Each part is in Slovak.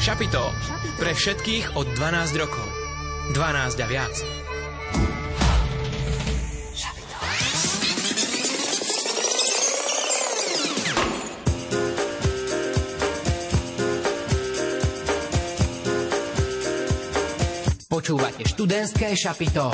Šapito. Pre všetkých od 12 rokov. 12 a viac. Počúvate študentské Šapito.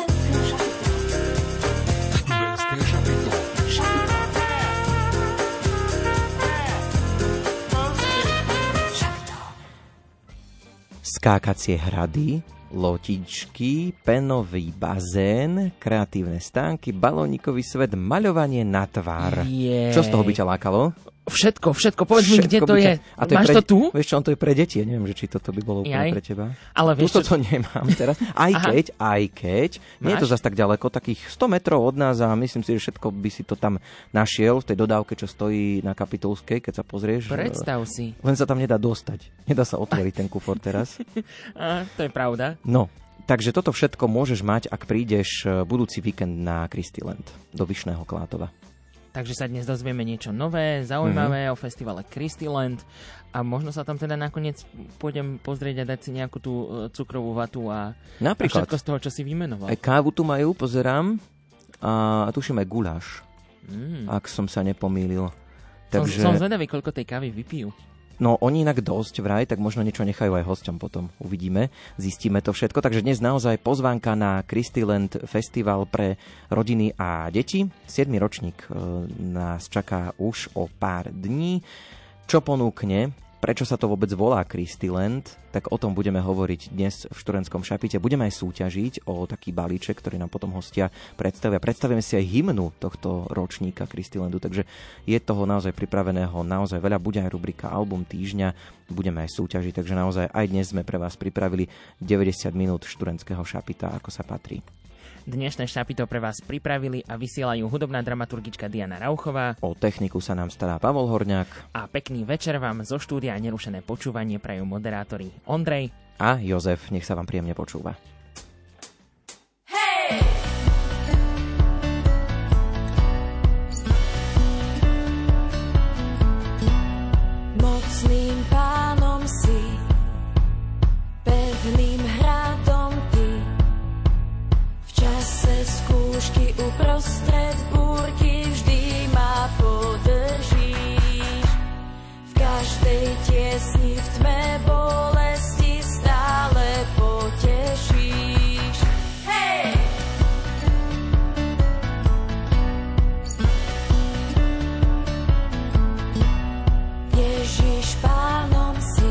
Skákacie hrady, lotičky, penový bazén, kreatívne stánky, balónikový svet, maľovanie na tvár. Čo z toho by ťa lákalo? Všetko. Povedz mi, kde to je. A to máš je to tu? Vieš čo, on to je pre deti. Ja neviem, že či toto by bolo úplne pre teba. Ale vieš, Tuto to nemám teraz. Aj keď. Nie je to zase tak ďaleko, takých 100 metrov od nás a myslím si, že všetko by si to tam našiel v tej dodávke, čo stojí na Kapitulskej, keď sa pozrieš. Predstav si. Len sa tam nedá dostať. Nedá sa otvoriť ten kufor teraz. To je pravda. No. Takže toto všetko môžeš mať, ak prídeš budúci víkend na Christyland do Vyšného Klátova. Takže sa dnes dozvieme niečo nové, zaujímavé o festivale Christyland a možno sa tam teda nakoniec pôjdem pozrieť a dať si nejakú tú cukrovú vatu a všetko z toho, čo si vymenoval. Aj kávu tu majú, pozerám, a tuším aj guláš, ak som sa nepomýlil. Takže... Som zvedavý, koľko tej kávy vypijú. No, oni inak dosť vraj, tak možno niečo nechajú aj hosťom potom. Uvidíme, zistíme to všetko. Takže dnes naozaj pozvánka na Christyland festival pre rodiny a deti. 7. ročník nás čaká už o pár dní. Čo ponúkne? Prečo sa to vôbec volá Christyland? Tak o tom budeme hovoriť dnes v študentskom Šapite. Budeme aj súťažiť o taký balíček, ktorý nám potom hostia predstavia. Predstavíme si aj hymnu tohto ročníka Christylandu, takže je toho naozaj pripraveného naozaj veľa. Bude aj rubrika Album týždňa, budeme aj súťažiť, takže naozaj aj dnes sme pre vás pripravili 90 minút študentského Šapita, ako sa patrí. Dnešné Šapito pre vás pripravili a vysielajú hudobná dramaturgička Diana Rauchová. O techniku sa nám stará Pavol Horňák. A pekný večer vám zo štúdia a nerušené počúvanie prajú moderátori Ondrej a Jozef. Nech sa vám príjemne počúva. Mocným pánom si, pevným hradom ty, v čase skúšky uprostred búrky vždy ma podržíš. V každej tiesni, v tme bolesti stále potešíš. Hej! Ježiš, pánom si,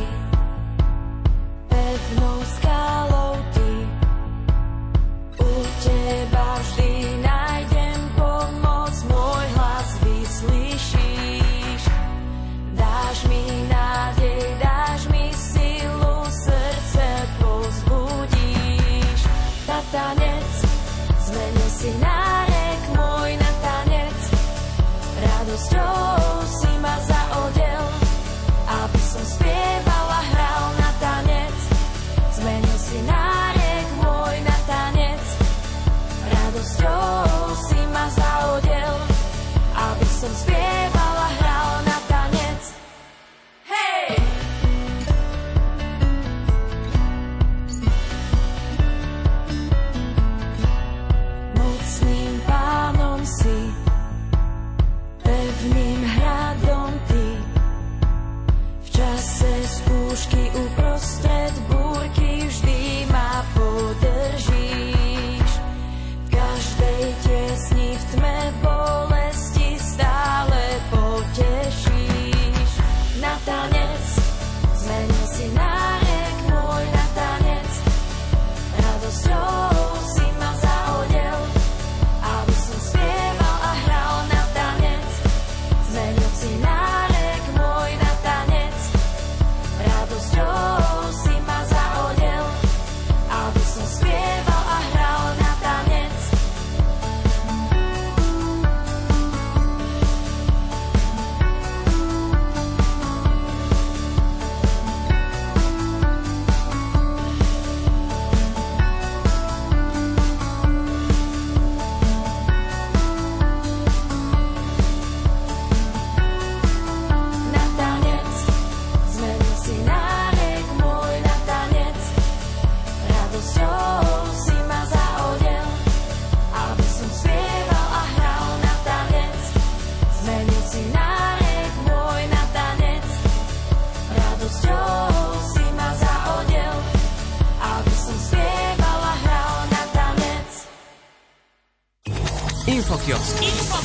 pevnou skálou ty, u teba vždy nájdem pomoc, môj hlas vyslyšíš. Dáš mi nádej, dáš mi silu, srdce povzbudíš. Na tanec, zmenil si nárek môj na tanec, radosťou si ma zaodel, aby som spieval a hral na tanec. Zmenil si nárek môj na tanec, radosťou si ma zaodel, aby som spieval a hral na tanec. Hej! Mocným pánom si, pevným hradom ty, v čase skúšky uprostred búrky vždy ma podržíš. V každej tiesni, v tme bolesti stále potešíš. Na tanec, zmenil si nárek môj na tanec, radosťou si ma zahodil, aby som spieval a hral na tanec. Zmenil Infokiosk.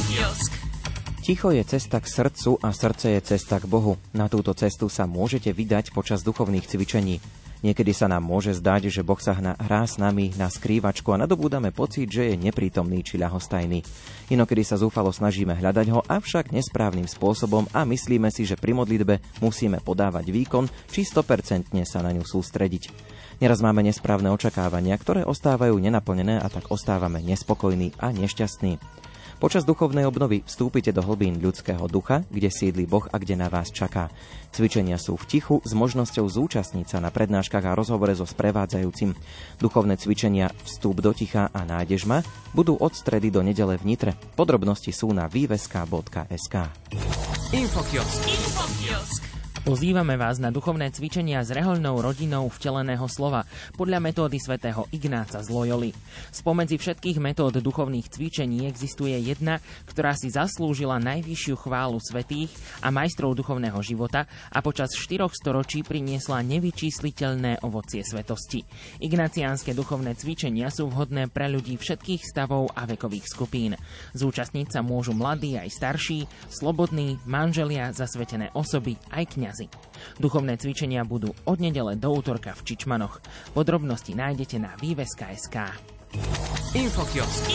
Ticho je cesta k srdcu a srdce je cesta k Bohu. Na túto cestu sa môžete vydať počas duchovných cvičení. Niekedy sa nám môže zdať, že Boh sa hrá s nami na skrývačku a nadobúdame pocit, že je neprítomný či ľahostajný. Inokedy sa zúfalo snažíme hľadať ho, avšak nesprávnym spôsobom a myslíme si, že pri modlitbe musíme podávať výkon či 100% sa na ňu sústrediť. Neraz máme nesprávne očakávania, ktoré ostávajú nenaplnené a tak ostávame nespokojní a nešťastní. Počas duchovnej obnovy vstúpite do hlbín ľudského ducha, kde sídli Boh a kde na vás čaká. Cvičenia sú v tichu s možnosťou zúčastniť sa na prednáškach a rozhovore so sprevádzajúcim. Duchovné cvičenia Vstup do ticha a Nádež ma budú od stredy do nedele v Nitre. Podrobnosti sú na vyveska.sk. Infokiosk. Pozývame vás na duchovné cvičenia s rehoľnou rodinou vteleného slova podľa metódy svätého Ignáca z Loyoli. Spomedzi všetkých metód duchovných cvičení existuje jedna, ktorá si zaslúžila najvyššiu chválu svätých a majstrov duchovného života a počas 4 storočí priniesla nevyčísliteľné ovocie svetosti. Ignaciánske duchovné cvičenia sú vhodné pre ľudí všetkých stavov a vekových skupín. Zúčastniť sa môžu mladí aj starší, slobodní, manželia, zasvetené osoby aj kňazi. Duchovné cvičenia budú od nedele do útorka v Čičmanoch. Podrobnosti nájdete na vyveska.sk. Infokiosk.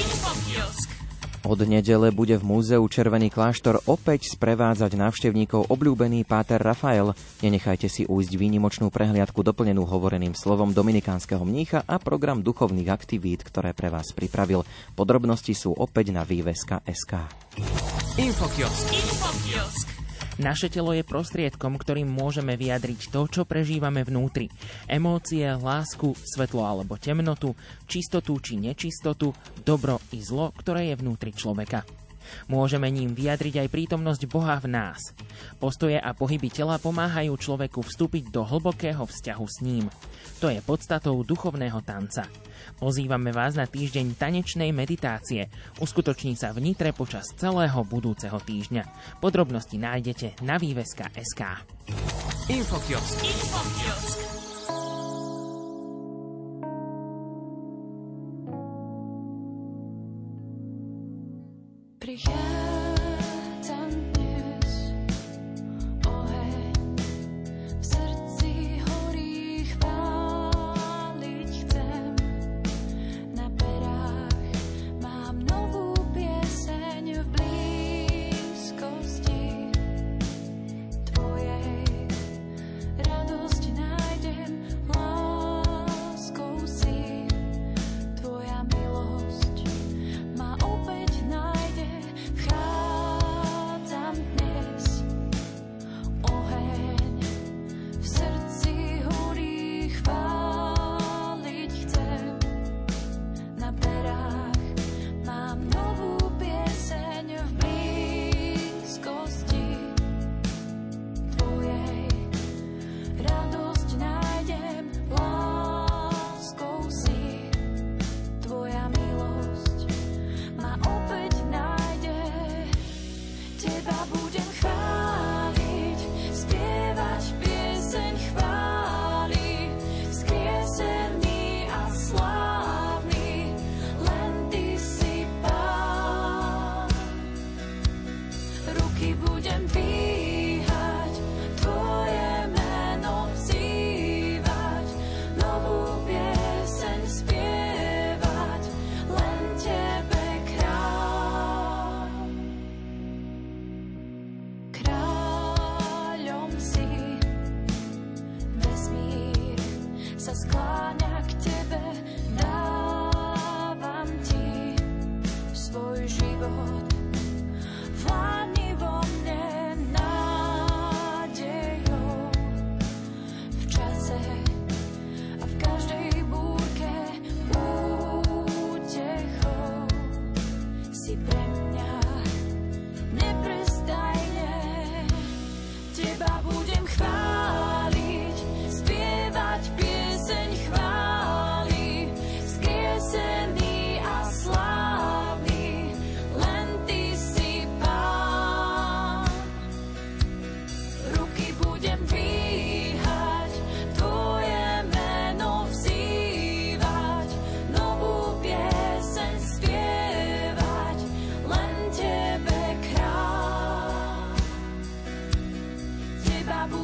Od nedele bude v múzeu Červený kláštor opäť sprevádzať návštevníkov obľúbený páter Rafael. Nenechajte si ujsť výnimočnú prehliadku doplnenú hovoreným slovom dominikánskeho mnícha a program duchovných aktivít, ktoré pre vás pripravil. Podrobnosti sú opäť na vyveska.sk. Infokiosk. Naše telo je prostriedkom, ktorým môžeme vyjadriť to, čo prežívame vnútri. Emócie, lásku, svetlo alebo temnotu, čistotu či nečistotu, dobro i zlo, ktoré je vnútri človeka. Môžeme ním vyjadriť aj prítomnosť Boha v nás. Postoje a pohyby tela pomáhajú človeku vstúpiť do hlbokého vzťahu s ním. To je podstatou duchovného tanca. Pozývame vás na týždeň tanečnej meditácie. Uskutoční sa v Nitre počas celého budúceho týždňa. Podrobnosti nájdete na vyveska.sk. Infokiosk. Prichádzam dnes, oheň v srdci horí, chváliť chcem. Na perách mám novú pieseň v blízkosti tvojej. Radosť nájdem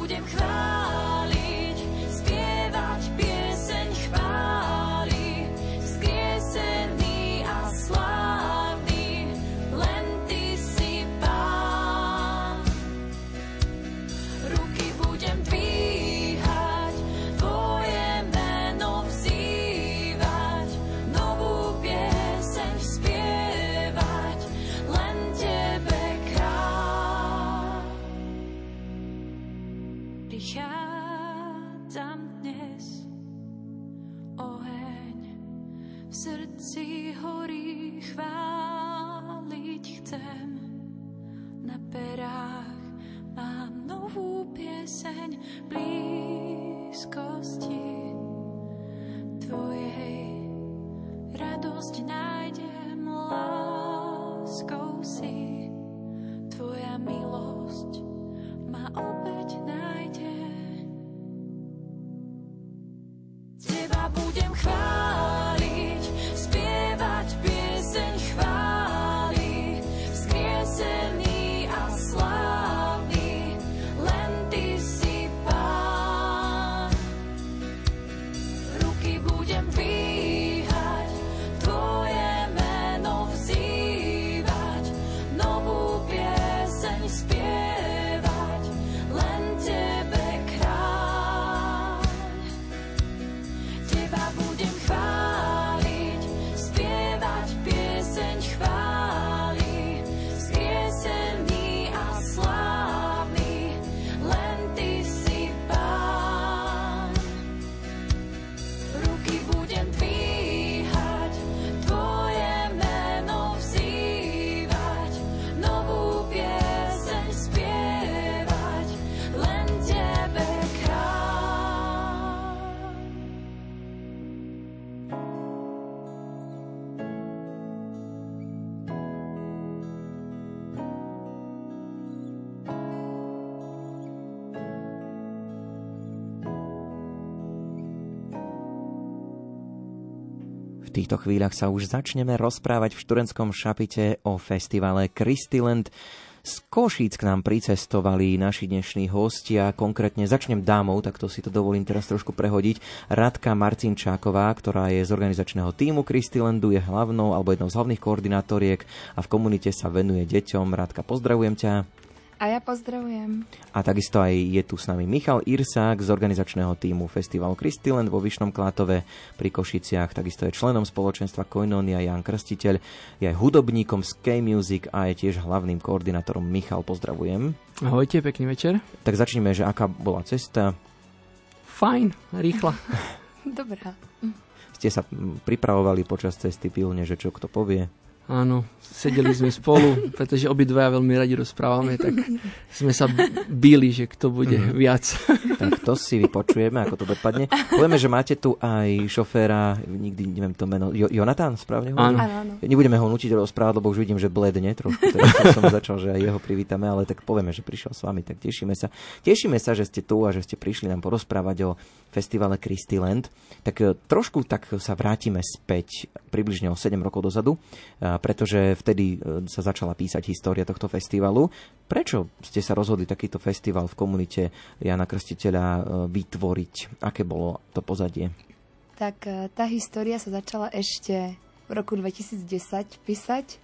budem chváliť, spievať pieseň chváli, vzkriesený a slávny, len Ty si Pán. Ruky budem dvíhať, Tvoje meno vzývať, novú pieseň spievať, len Tebe kráľ. Prichádzam dnes, oheň v srdci horí, chváliť chcem. Na perách mám novú pieseň blízkosti Tvojej. Radosť nájdem, láskou si, Tvoja milosť ma opäť nájde. Teba budem chváliť, spievať pieseň chváli, vzkriesený a slávny, len Ty si Pán. Ruky budem dvíhať, Tvoje meno vzývať, novú pieseň spievať, len Tebe kráľ. Teba budem chváliť, spievať pieseň chváli, vzkriesený a slávny, len Ty si Pán. Ruky budem dvíhať, Tvoje meno vzývať, novú pieseň spievať, len Tebe kráľ. V týchto chvíľach sa už začneme rozprávať v Šturentskom Šapite o festivale Christyland. Z Košíc k nám pricestovali naši dnešní hostia, konkrétne začnem dámou, tak to si to dovolím teraz trošku prehodiť. Radka Marcinčáková, ktorá je z organizačného tímu Christylandu, je hlavnou alebo jednou z hlavných koordinátoriek a v komunite sa venuje deťom. Radka, pozdravujem ťa. A ja pozdravujem. A takisto aj je tu s nami Michal Irsák z organizačného tímu festivalu Christyland vo Vyšnom Klátove pri Košiciach. Takisto je členom spoločenstva Koinónia Ján Krstiteľ, je aj hudobníkom z K-Music a je tiež hlavným koordinátorom. Michal, pozdravujem. Ahojte, pekný večer. Tak začneme, že aká bola cesta? Fajn, rýchla. Dobrá. Ste sa pripravovali počas cesty pilne, že čo kto povie? Áno, sedeli sme spolu, pretože obidvaja veľmi radi rozprávame, tak sme sa bíli, že kto bude viac. Tak to si vypočujeme, ako to dopadne. Povieme, že máte tu aj šoféra, nikdy neviem to meno, Jonatán, správne hovorím? Áno. Nebudeme ho nútiť rozprávať, lebo už vidím, že bledne trošku. Teraz som začal, že aj jeho privítame, ale tak povieme, že prišiel s vami, tak tešíme sa. Tešíme sa, že ste tu a že ste prišli nám porozprávať o festivale Christyland. Tak trošku tak sa vrátime späť, približne o 7 rokov dozadu, pretože vtedy sa začala písať história tohto festivalu. Prečo ste sa rozhodli takýto festival v komunite Jána Krstiteľa vytvoriť? Aké bolo to pozadie? Tak tá história sa začala ešte v roku 2010 písať,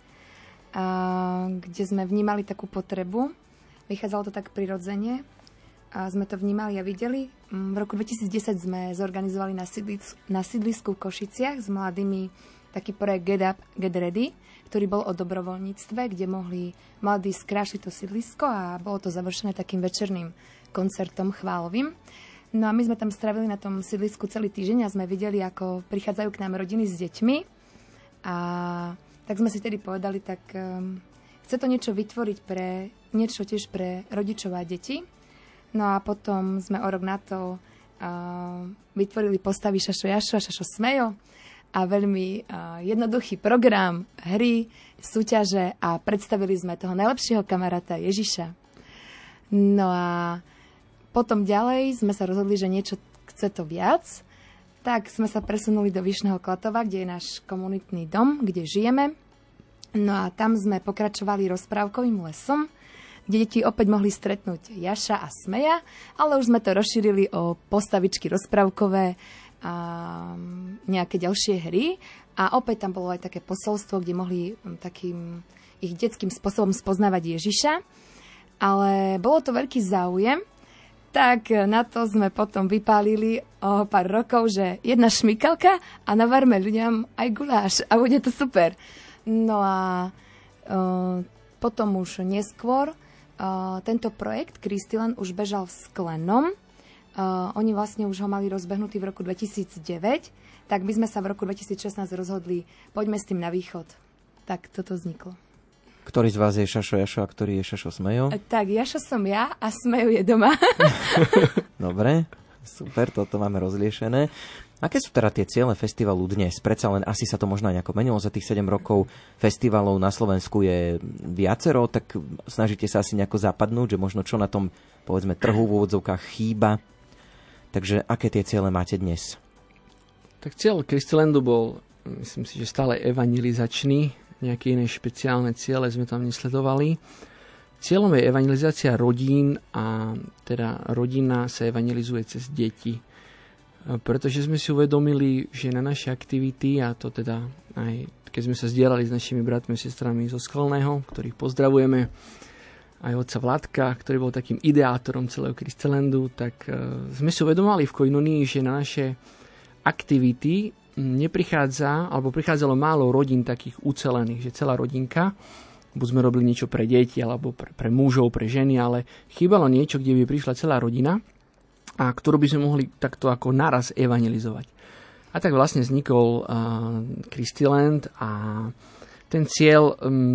kde sme vnímali takú potrebu. Vychádzalo to tak prirodzene a sme to vnímali a videli. V roku 2010 sme zorganizovali na sídlisku v Košiciach s mladými taký projekt Get Up, Get Ready, ktorý bol o dobrovoľníctve, kde mohli mladí skrášiť to sídlisko a bolo to završené takým večerným koncertom chválovým. No a my sme tam strávili na tom sídlisku celý týždeň a sme videli, ako prichádzajú k nám rodiny s deťmi a tak sme si tedy povedali, tak chce to niečo vytvoriť niečo tiež pre rodičov a deti. No a potom sme o rok na to vytvorili postavy Šašo Jašo a Šašo Smejo a veľmi jednoduchý program, hry, súťaže a predstavili sme toho najlepšieho kamaráta Ježiša. No a potom ďalej sme sa rozhodli, že niečo chce to viac, tak sme sa presunuli do Vyšného Klatova, kde je náš komunitný dom, kde žijeme. No a tam sme pokračovali rozprávkovým lesom, kde deti opäť mohli stretnúť Jaša a Smeja, ale už sme to rozšírili o postavičky rozprávkové a nejaké ďalšie hry. A opäť tam bolo aj také posolstvo, kde mohli takým ich detským spôsobom spoznávať Ježiša. Ale bolo to veľký záujem, tak na to sme potom vypálili o pár rokov, že jedna šmikalka a navarme ľuďom aj guláš a bude to super. No a potom už neskôr tento projekt Christiland už bežal v Sklenom. Oni vlastne už ho mali rozbehnutý v roku 2009, tak my sme sa v roku 2016 rozhodli, poďme s tým na východ. Tak toto vzniklo. Ktorý z vás je Šašo Jašo a ktorý je Šašo Smejo? Tak, Jašo som ja a Smejo je doma. Dobre, super, toto máme rozliešené. Aké sú teda tie ciele festivalu dnes? Predsa len asi sa to možno aj nejako menilo za tých 7 rokov. Festivalov na Slovensku je viacero, tak snažíte sa asi nejako zapadnúť, že možno čo na tom, povedzme, trhu v úvodzovkách chýba. Takže aké tie ciele máte dnes? Tak cieľ Christilandu bol, myslím si, že stále evangelizačný. Nejaké iné špeciálne ciele sme tam nesledovali. Cieľom je evangelizácia rodín a teda rodina sa evangelizuje cez deti. Pretože sme si uvedomili, že na naše aktivity, a to teda aj keď sme sa zdieľali s našimi bratmi a sestrami zo Skalného, ktorých pozdravujeme, aj otca Vladka, ktorý bol takým ideátorom celého Christilandu, tak sme si uvedomali v Koinonii, že na naše aktivity prichádzalo málo rodín takých ucelených, že celá rodinka, buď sme robili niečo pre deti, alebo pre mužov, pre ženy, ale chýbalo niečo, kde by prišla celá rodina, a ktorú by sme mohli takto ako naraz evangelizovať. A tak vlastne vznikol Christiland a ten cieľ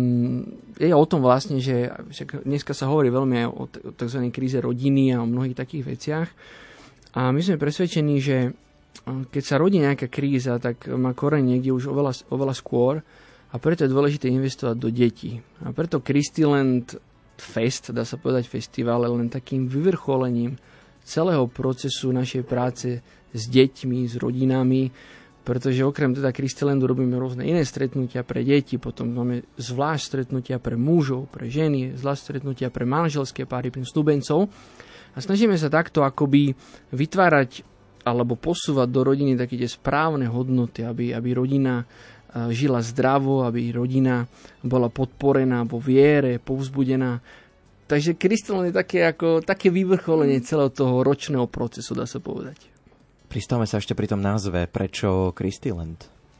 je o tom vlastne, že dneska sa hovorí veľmi aj o tzv. Kríze rodiny a o mnohých takých veciach. A my sme presvedčení, že keď sa rodí nejaká kríza, tak má koreň niekde už oveľa skôr a preto je dôležité investovať do detí. A preto Christiland Fest, dá sa povedať festival, je len takým vyvrcholením celého procesu našej práce s deťmi, s rodinami, pretože okrem teda Christilandu robíme rôzne iné stretnutia pre deti, potom máme zvlášť stretnutia pre mužov, pre ženy, zvlášť stretnutia pre manželské páry, pre snúbencov a snažíme sa takto akoby vytvárať alebo posúvať do rodiny také tie správne hodnoty, aby rodina žila zdravo, aby rodina bola podporená vo viere, povzbudená. Takže Christiland je také vyvrcholenie celého toho ročného procesu, dá sa povedať. Pristavme sa ešte pri tom názve. Prečo Christiland?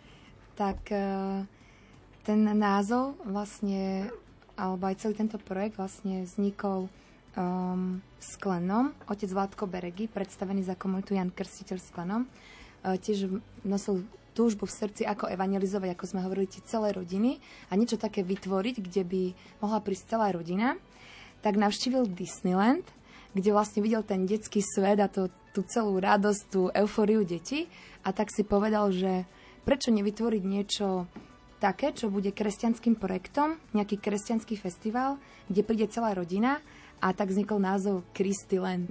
Tak ten názov vlastne, alebo aj celý tento projekt vlastne vznikol Sklenom. Otec Vládko Beregy, predstavený za komunitu Jan Krstiteľ Sklenom, tiež nosil túžbu v srdci, ako evangelizovať, ako sme hovorili, tie celé rodiny a niečo také vytvoriť, kde by mohla prísť celá rodina. Tak navštívil Disneyland, kde vlastne videl ten detský svet a tú celú radosť, tú eufóriu detí a tak si povedal, že prečo nevytvoriť niečo také, čo bude kresťanským projektom, nejaký kresťanský festival, kde príde celá rodina a tak vznikol názov Christiland.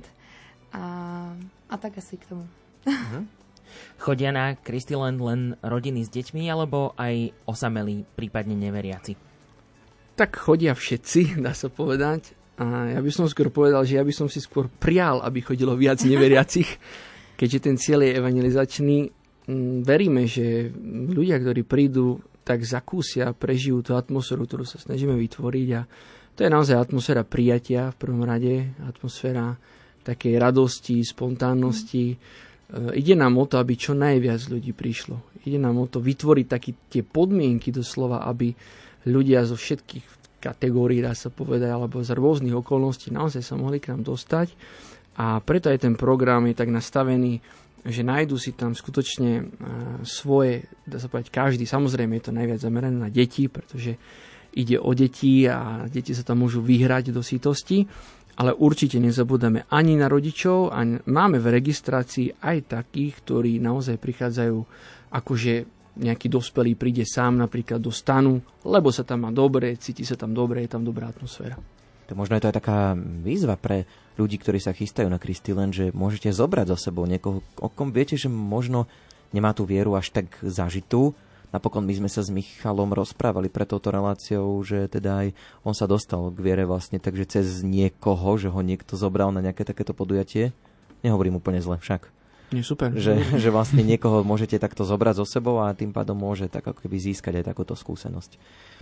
A tak asi k tomu. Chodia na Christiland len rodiny s deťmi alebo aj osamelí, prípadne neveriaci? Tak chodia všetci, dá sa povedať. A ja by som skôr povedal, že ja by som si skôr prial, aby chodilo viac neveriacich, keďže ten cieľ je evangelizačný. Veríme, že ľudia, ktorí prídu, tak zakúsia, prežijú tú atmosféru, ktorú sa snažíme vytvoriť a to je naozaj atmosféra prijatia v prvom rade, atmosféra takej radosti, spontánnosti. Ide nám o to, aby čo najviac ľudí prišlo. Ide nám o to vytvoriť tie podmienky doslova, aby ľudia zo všetkých kategórií, dá sa povedať, alebo z rôznych okolností naozaj sa mohli k nám dostať. A preto aj ten program je tak nastavený, že nájdu si tam skutočne svoje, dá sa povedať, každý. Samozrejme je to najviac zamerané na deti, pretože ide o deti a deti sa tam môžu vyhrať do sítosti. Ale určite nezabúdame ani na rodičov a máme v registrácii aj takých, ktorí naozaj prichádzajú akože nejaký dospelý príde sám napríklad do stanu, lebo sa tam má dobre, cíti sa tam dobre, je tam dobrá atmosféra. To možno je to aj taká výzva pre ľudí, ktorí sa chystajú na Christiland, že môžete zobrať so sebou niekoho, o kom viete, že možno nemá tú vieru až tak zažitú, Napokon my sme sa s Michalom rozprávali pre touto reláciou, že teda aj on sa dostal k viere vlastne, takže cez niekoho, že ho niekto zobral na nejaké takéto podujatie. Nehovorím úplne zle však. Je super. Že vlastne niekoho môžete takto zobrať so sebou a tým pádom môže tak ako keby získať aj takúto skúsenosť.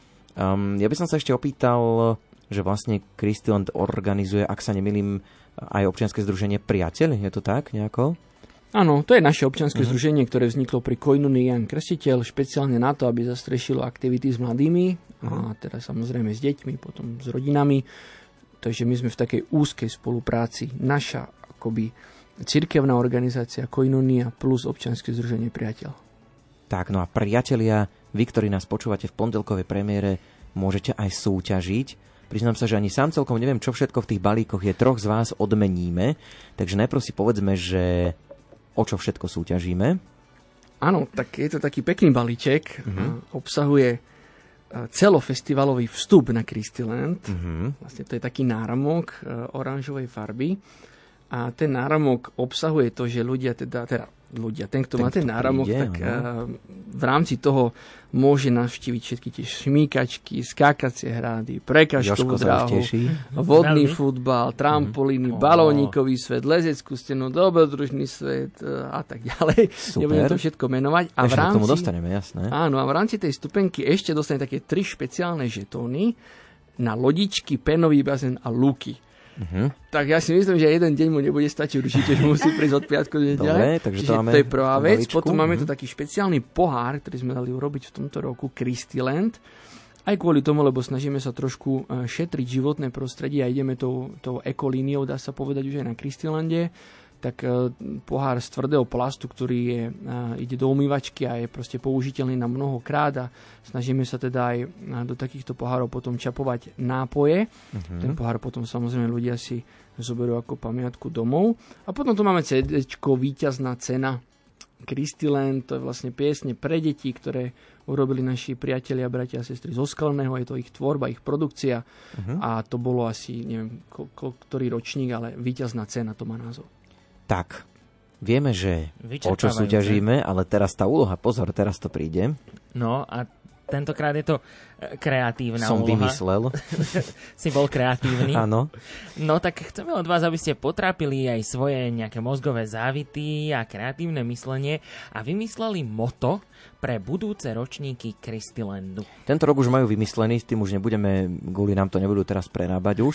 Ja by som sa ešte opýtal, že vlastne Christiland organizuje, ak sa nemýlim, aj občianske združenie Priateľ, je to tak nejako? Áno, to je naše občianske združenie, ktoré vzniklo pri Koinonii Ján Krstiteľ, špeciálne na to, aby zastrešilo aktivity s mladými, a teda samozrejme s deťmi, potom s rodinami. Takže my sme v takej úzkej spolupráci. Naša akoby cirkevná organizácia Koinonia plus občianske združenie Priateľ. Tak, no a priatelia, vy, ktorí nás počúvate v pondelkovej premiére, môžete aj súťažiť. Priznám sa, že ani sám celkom neviem, čo všetko v tých balíkoch je. 3 z vás odmeníme. Takže najprv si povedzme, že o čo všetko súťažíme. Áno, tak je to taký pekný balíček. Obsahuje celofestivalový vstup na Christiland. Vlastne to je taký náramok oranžovej farby. A ten náramok obsahuje to, že ten, kto má ten náramok, tak v rámci toho môže navštíviť všetky tie šmíkačky, skákacie hrády, prekažkovú dráhu, vodný futbal, trampolíny, balónikový svet, lezeckú stenu, dobrodružný svet a tak ďalej. Super. Nebudem to všetko menovať. A v rámci, k tomu dostaneme, jasné. Áno, a v rámci tej stupenky ešte dostane také 3 špeciálne žetóny na lodičky, penový bazén a lúky. Tak ja si myslím, že jeden deň mu nebude stačiť, určite, že musí prísť od piatku do nedele. Čiže to je prvá vec. Potom máme tu taký špeciálny pohár, ktorý sme dali urobiť v tomto roku, Christiland. Aj kvôli tomu, lebo snažíme sa trošku šetriť životné prostredie a ideme tou ekolíniou, dá sa povedať už aj na Christilande. Tak pohár z tvrdého plastu, ktorý ide do umývačky a je proste použiteľný na mnohokrát a snažíme sa teda aj do takýchto pohárov potom čapovať nápoje. Ten pohár potom samozrejme ľudia si zoberú ako pamiatku domov. A potom tu máme CDčko Víťazná cena Christiland, to je vlastne piesne pre deti, ktoré urobili naši priatelia, bratia a sestry zo Skalného, je to ich tvorba, ich produkcia a to bolo asi, neviem, ktorý ročník, ale Víťazná cena to má názov. Tak, vieme, že o čo súťažíme, ale teraz tá úloha, pozor, teraz to príde. No a tentokrát je to kreatívna úloha. Som vymyslel. Si bol kreatívny. Áno. No tak chceme od vás, aby ste potrápili aj svoje nejaké mozgové závity a kreatívne myslenie a vymysleli moto pre budúce ročníky Christilandu. Tento rok už majú vymyslený, s tým už nebudeme, kvôli nám to nebudú teraz prerábať už,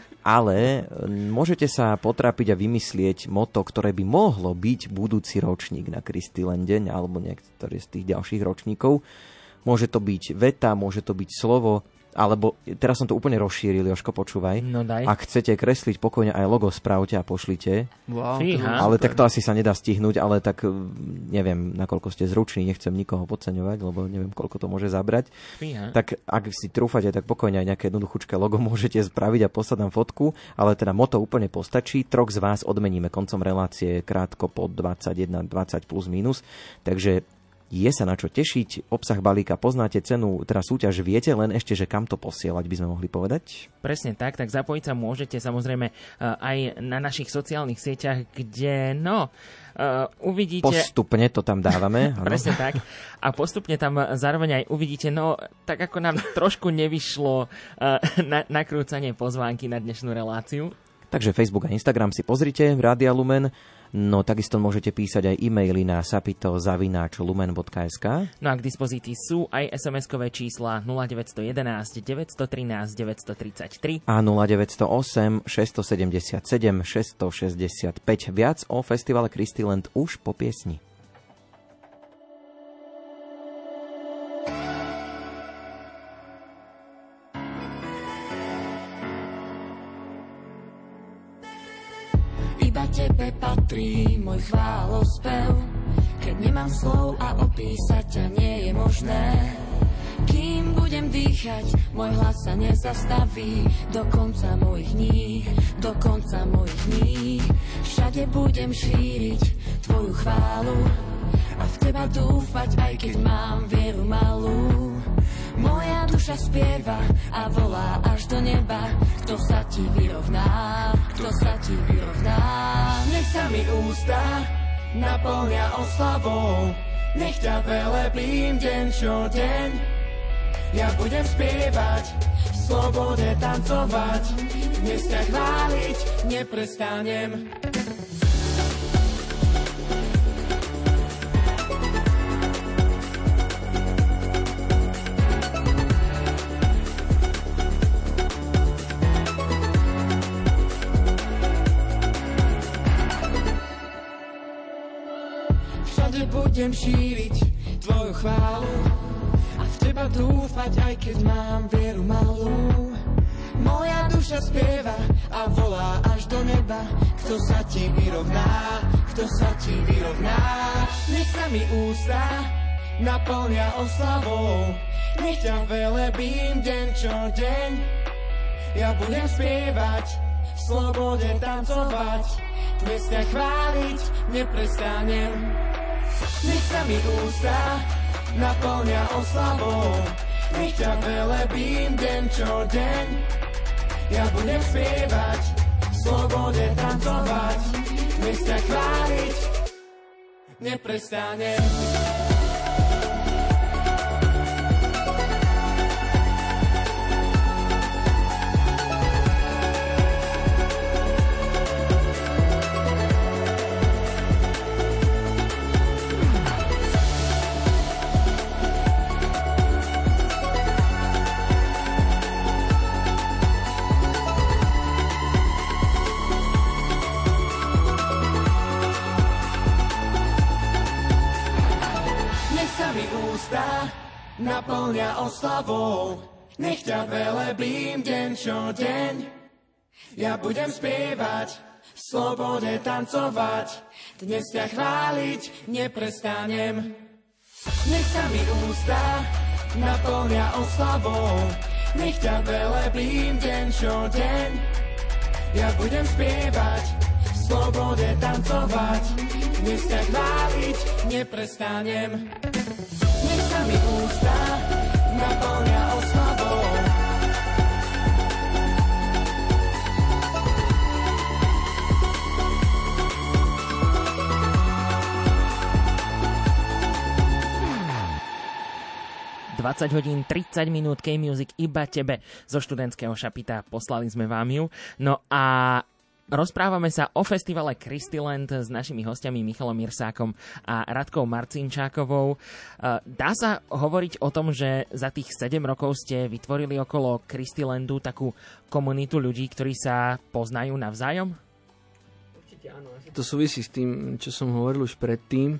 ale môžete sa potrápiť a vymyslieť moto, ktoré by mohlo byť budúci ročník na Christilande alebo niektoré z tých ďalších ročníkov. Môže to byť veta, môže to byť slovo, alebo teraz som to úplne rozšíril, Jožko, počúvaj. No daj. Ak chcete kresliť pokojne aj logo, spravte a pošlite. Wow, ale tak to asi sa nedá stihnúť, ale tak neviem, nakoľko ste zruční, nechcem nikoho podceňovať, lebo neviem, koľko to môže zabrať. Fíha. Tak ak si trúfate, tak pokojne aj nejaké jednoduchúčké logo môžete spraviť a poslať nám fotku, ale teda moto úplne postačí. 3 z vás odmeníme koncom relácie krátko po 21, 20 plus minus, takže je sa na čo tešiť, obsah balíka poznáte, cenu, teda súťaž viete, len ešte, že kam to posielať by sme mohli povedať? Presne tak zapojiť sa môžete samozrejme aj na našich sociálnych sieťach, kde uvidíte... Postupne to tam dávame. Presne tak. A postupne tam zároveň aj uvidíte, tak ako nám trošku nevyšlo nakrúcanie pozvánky na dnešnú reláciu. Takže Facebook a Instagram si pozrite, Rádia Lumen. No takisto môžete písať aj e-maily na sapito@lumen.sk. No a k dispozícii sú aj SMS-kové čísla 0911 913 933 a 0908 677 665. Viac o festivale Christiland už po piesni. Tebe patrí môj chválospev, keď nemám slov a opísať ťa nie je možné. Kým budem dýchať, môj hlas sa nezastaví do konca mojich dní, do konca mojich dní. Všade budem šíriť tvoju chválu a v teba dúfať, aj keď mám vieru malú. Moja duša spieva a volá až do neba, kto sa ti vyrovná, kto sa ti vyrovná. Nech sa mi ústa naplňa oslavou, nech ťa velebím deň čo deň. Ja budem spievať, v slobode tancovať, dnes ťa chváliť neprestanem. Budem šíriť tvoju chválu a v teba dúfať, aj keď mám vieru malú. Moja duša spieva a volá až do neba, kto sa ti vyrovná, kto sa ti vyrovná. Nech sa mi ústa naplňa oslavou, nech ťa velebím deň čo deň. Ja budem spievať, v slobode tancovať, dnes ťa chváliť neprestanem. Nech sa mi ústa naplňa oslavou, nech ťa velebím deň čo deň. Ja budem spievať, v slobode tancovať, dnes ťa chváliť neprestanem. 'Ústa naplňa oslavou, nech ťa velebím deň čo deň. Ja budem spievať, v slobode tancovať, dnes ťa chváliť neprestanem. Nech sa mi ústa naplňa oslavou, nech ťa velebím deň čo deň. Ja budem spievať, v slobode tancovať, dnes ťa chváliť neprestanem. Nech sa mi ústa naplňa oslavou. hodín 30 minút K-Music iba tebe zo študentského šapita. Poslali sme vám ju. No a rozprávame sa o festivale Christyland s našimi hostiami Michalom Mirsákom a Radkou Marcinčákovou. Dá sa hovoriť o tom, že za tých 7 rokov ste vytvorili okolo Christylandu takú komunitu ľudí, ktorí sa poznajú navzájom? Určite áno. To súvisí s tým, čo som hovoril už predtým,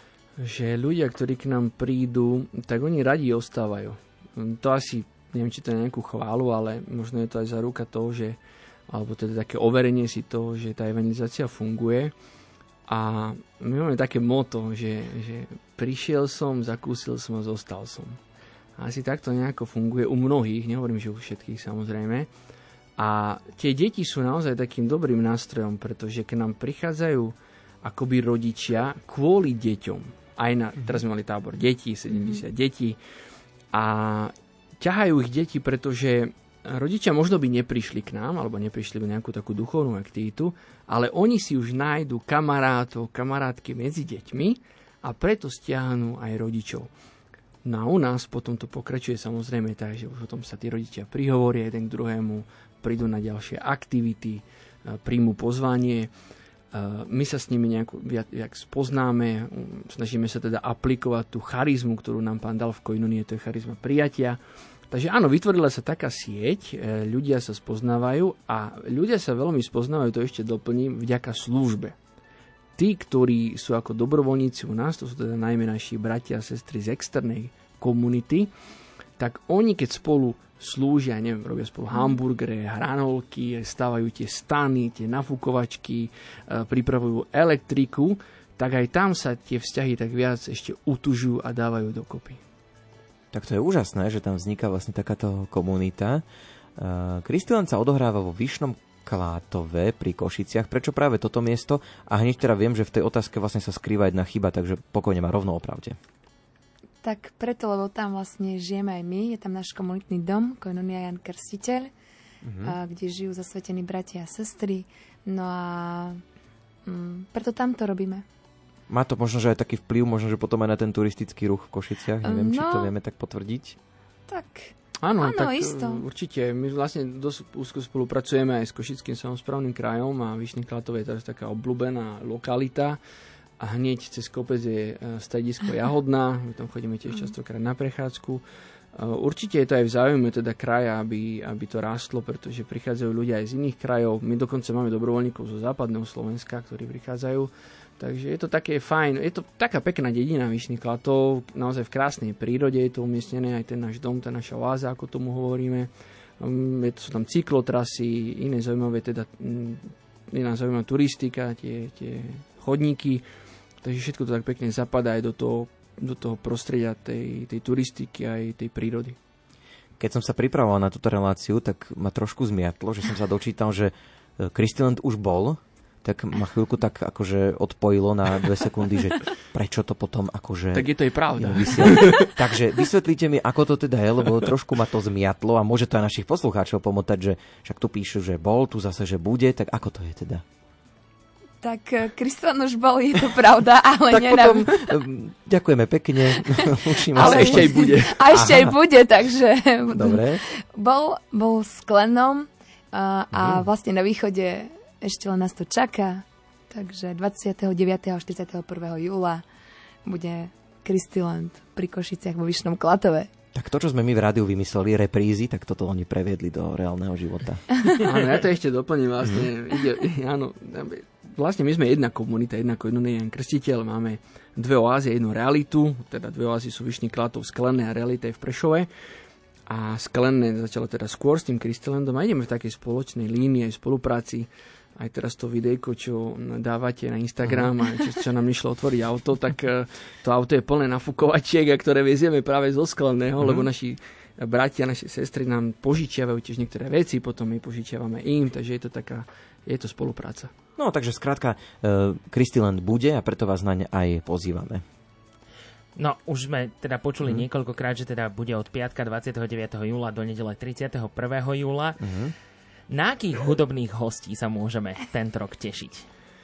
že ľudia, ktorí k nám prídu, tak oni radi ostávajú. To asi, neviem, či to je nejakú chválu, ale možno je to aj záruka toho, že alebo teda také overenie si toho, že tá evangelizácia funguje. A my máme také motto, že prišiel som, zakúsil som a zostal som. A asi takto nejako funguje u mnohých, nehovorím, že u všetkých samozrejme. A tie deti sú naozaj takým dobrým nástrojom, pretože k nám prichádzajú akoby rodičia kvôli deťom. Aj teraz sme mali tábor detí, 70 detí. A ťahajú ich deti, pretože rodičia možno by neprišli k nám, alebo neprišli by nejakú takú duchovnú aktivitu, ale oni si už nájdu kamarátov, kamarátky medzi deťmi a preto stiahnu aj rodičov. No a u nás potom to pokračuje samozrejme tak, že už o tom sa tí rodičia prihovoria jeden k druhému, prídu na ďalšie aktivity, príjmu pozvanie. My sa s nimi nejako viac spoznáme, snažíme sa teda aplikovať tú charizmu, ktorú nám Pán dal v Koinonii, to je charizma prijatia. Takže áno, vytvorila sa taká sieť, ľudia sa spoznávajú a ľudia sa veľmi spoznávajú, to ešte doplním, vďaka službe. Tí, ktorí sú ako dobrovoľníci u nás, to sú teda najmä naši bratia a sestry z externej komunity, tak oni keď spolu slúžia, neviem, robia spolu hamburgery, hranolky, stávajú tie stany, tie nafúkovačky, pripravujú elektriku, tak aj tam sa tie vzťahy tak viac ešte utužujú a dávajú dokopy. Tak to je úžasné, že tam vzniká vlastne takáto komunita. Christyland sa odohráva vo Vyšnom Klátove pri Košiciach. Prečo práve toto miesto? A hneď teda viem, že v tej otázke vlastne sa skrýva jedna chyba, takže pokojne ma rovno opravte. Tak preto, lebo tam vlastne žijeme aj my. Je tam náš komunitný dom, Koinonia Ján Krstiteľ, kde žijú zasvetení bratia a sestry. No a preto tam to robíme. Má to možno, že aj taký vplyv, možno, že potom aj na ten turistický ruch v Košiciach? Neviem, či to vieme tak potvrdiť. Tak, áno, tak isto. Určite. My vlastne dosť úzko spolupracujeme aj s Košickým samosprávnym krajom a Vyšný Klatov je teraz taká obľúbená lokalita. A hneď cez kopec je stredisko Jahodná. My tam chodíme tiež častokrát na prechádzku. Určite je to aj v záujme teda kraja, aby to rástlo, pretože prichádzajú ľudia aj z iných krajov. My dokonca máme dobrovoľníkov zo západného Slovenska, ktorí prichádzajú. Takže je to také fajn. Je to taká pekná dedina Vyšný Klatov. Naozaj v krásnej prírode je to umiestnené, aj ten náš dom, tá naša oáza, ako tomu hovoríme. Sú tam cyklotrasy, iná zaujímavá turistika, tie chodníky. Takže všetko to tak pekne zapadá aj do toho prostredia tej turistiky aj tej prírody. Keď som sa pripravoval na túto reláciu, tak ma trošku zmiatlo, že som sa dočítal, že Kristiland už bol, tak ma chvíľku tak akože odpojilo na 2 sekundy, že prečo to potom akože... Tak je to aj pravda. Takže vysvetlíte mi, ako to teda je, lebo trošku ma to zmiatlo a môže to aj našich poslucháčov pomotať, že však tu píšu, že bol, tu zase, že bude, tak ako to je teda? Tak Kristiland už bol, je to pravda, ale tak potom ďakujeme pekne. Ale ešte aj bude. A ešte aj bude, takže... Dobre. Bol s Klenom a vlastne na východe ešte len nás to čaká. Takže 29. až 31. júla bude Kristiland pri Košiciach vo Vyšnom Klatove. Tak to, čo sme my v rádiu vymysleli, reprízy, tak toto oni previedli do reálneho života. Áno, ja to ešte doplním vlastne. Vlastne my sme jedna komunita, jedna krstiteľ, máme 2 oázy, jednu realitu, teda 2 oázy sú Vyšný Klatov, Sklené a realita je v Prešove. A Sklené začalo teda skôr s tým Kristilandom a ideme v takej spoločnej línii aj spolupráci. Aj teraz to videjko, čo dávate na Instagram a čo nám nešlo otvoriť auto, tak to auto je plné nafukovačiek, ktoré vezieme práve zo Skleného, lebo naši bratia, naše sestry nám požičiavajú tiež niektoré veci, potom my požičiavame im, takže je to spolupráca. No, takže skrátka, Kristiland bude a preto vás naň aj pozývame. No, už sme teda počuli niekoľkokrát, že teda bude od piatka 29. júla do nedele 31. júla. Na akých hudobných hostí sa môžeme tento rok tešiť?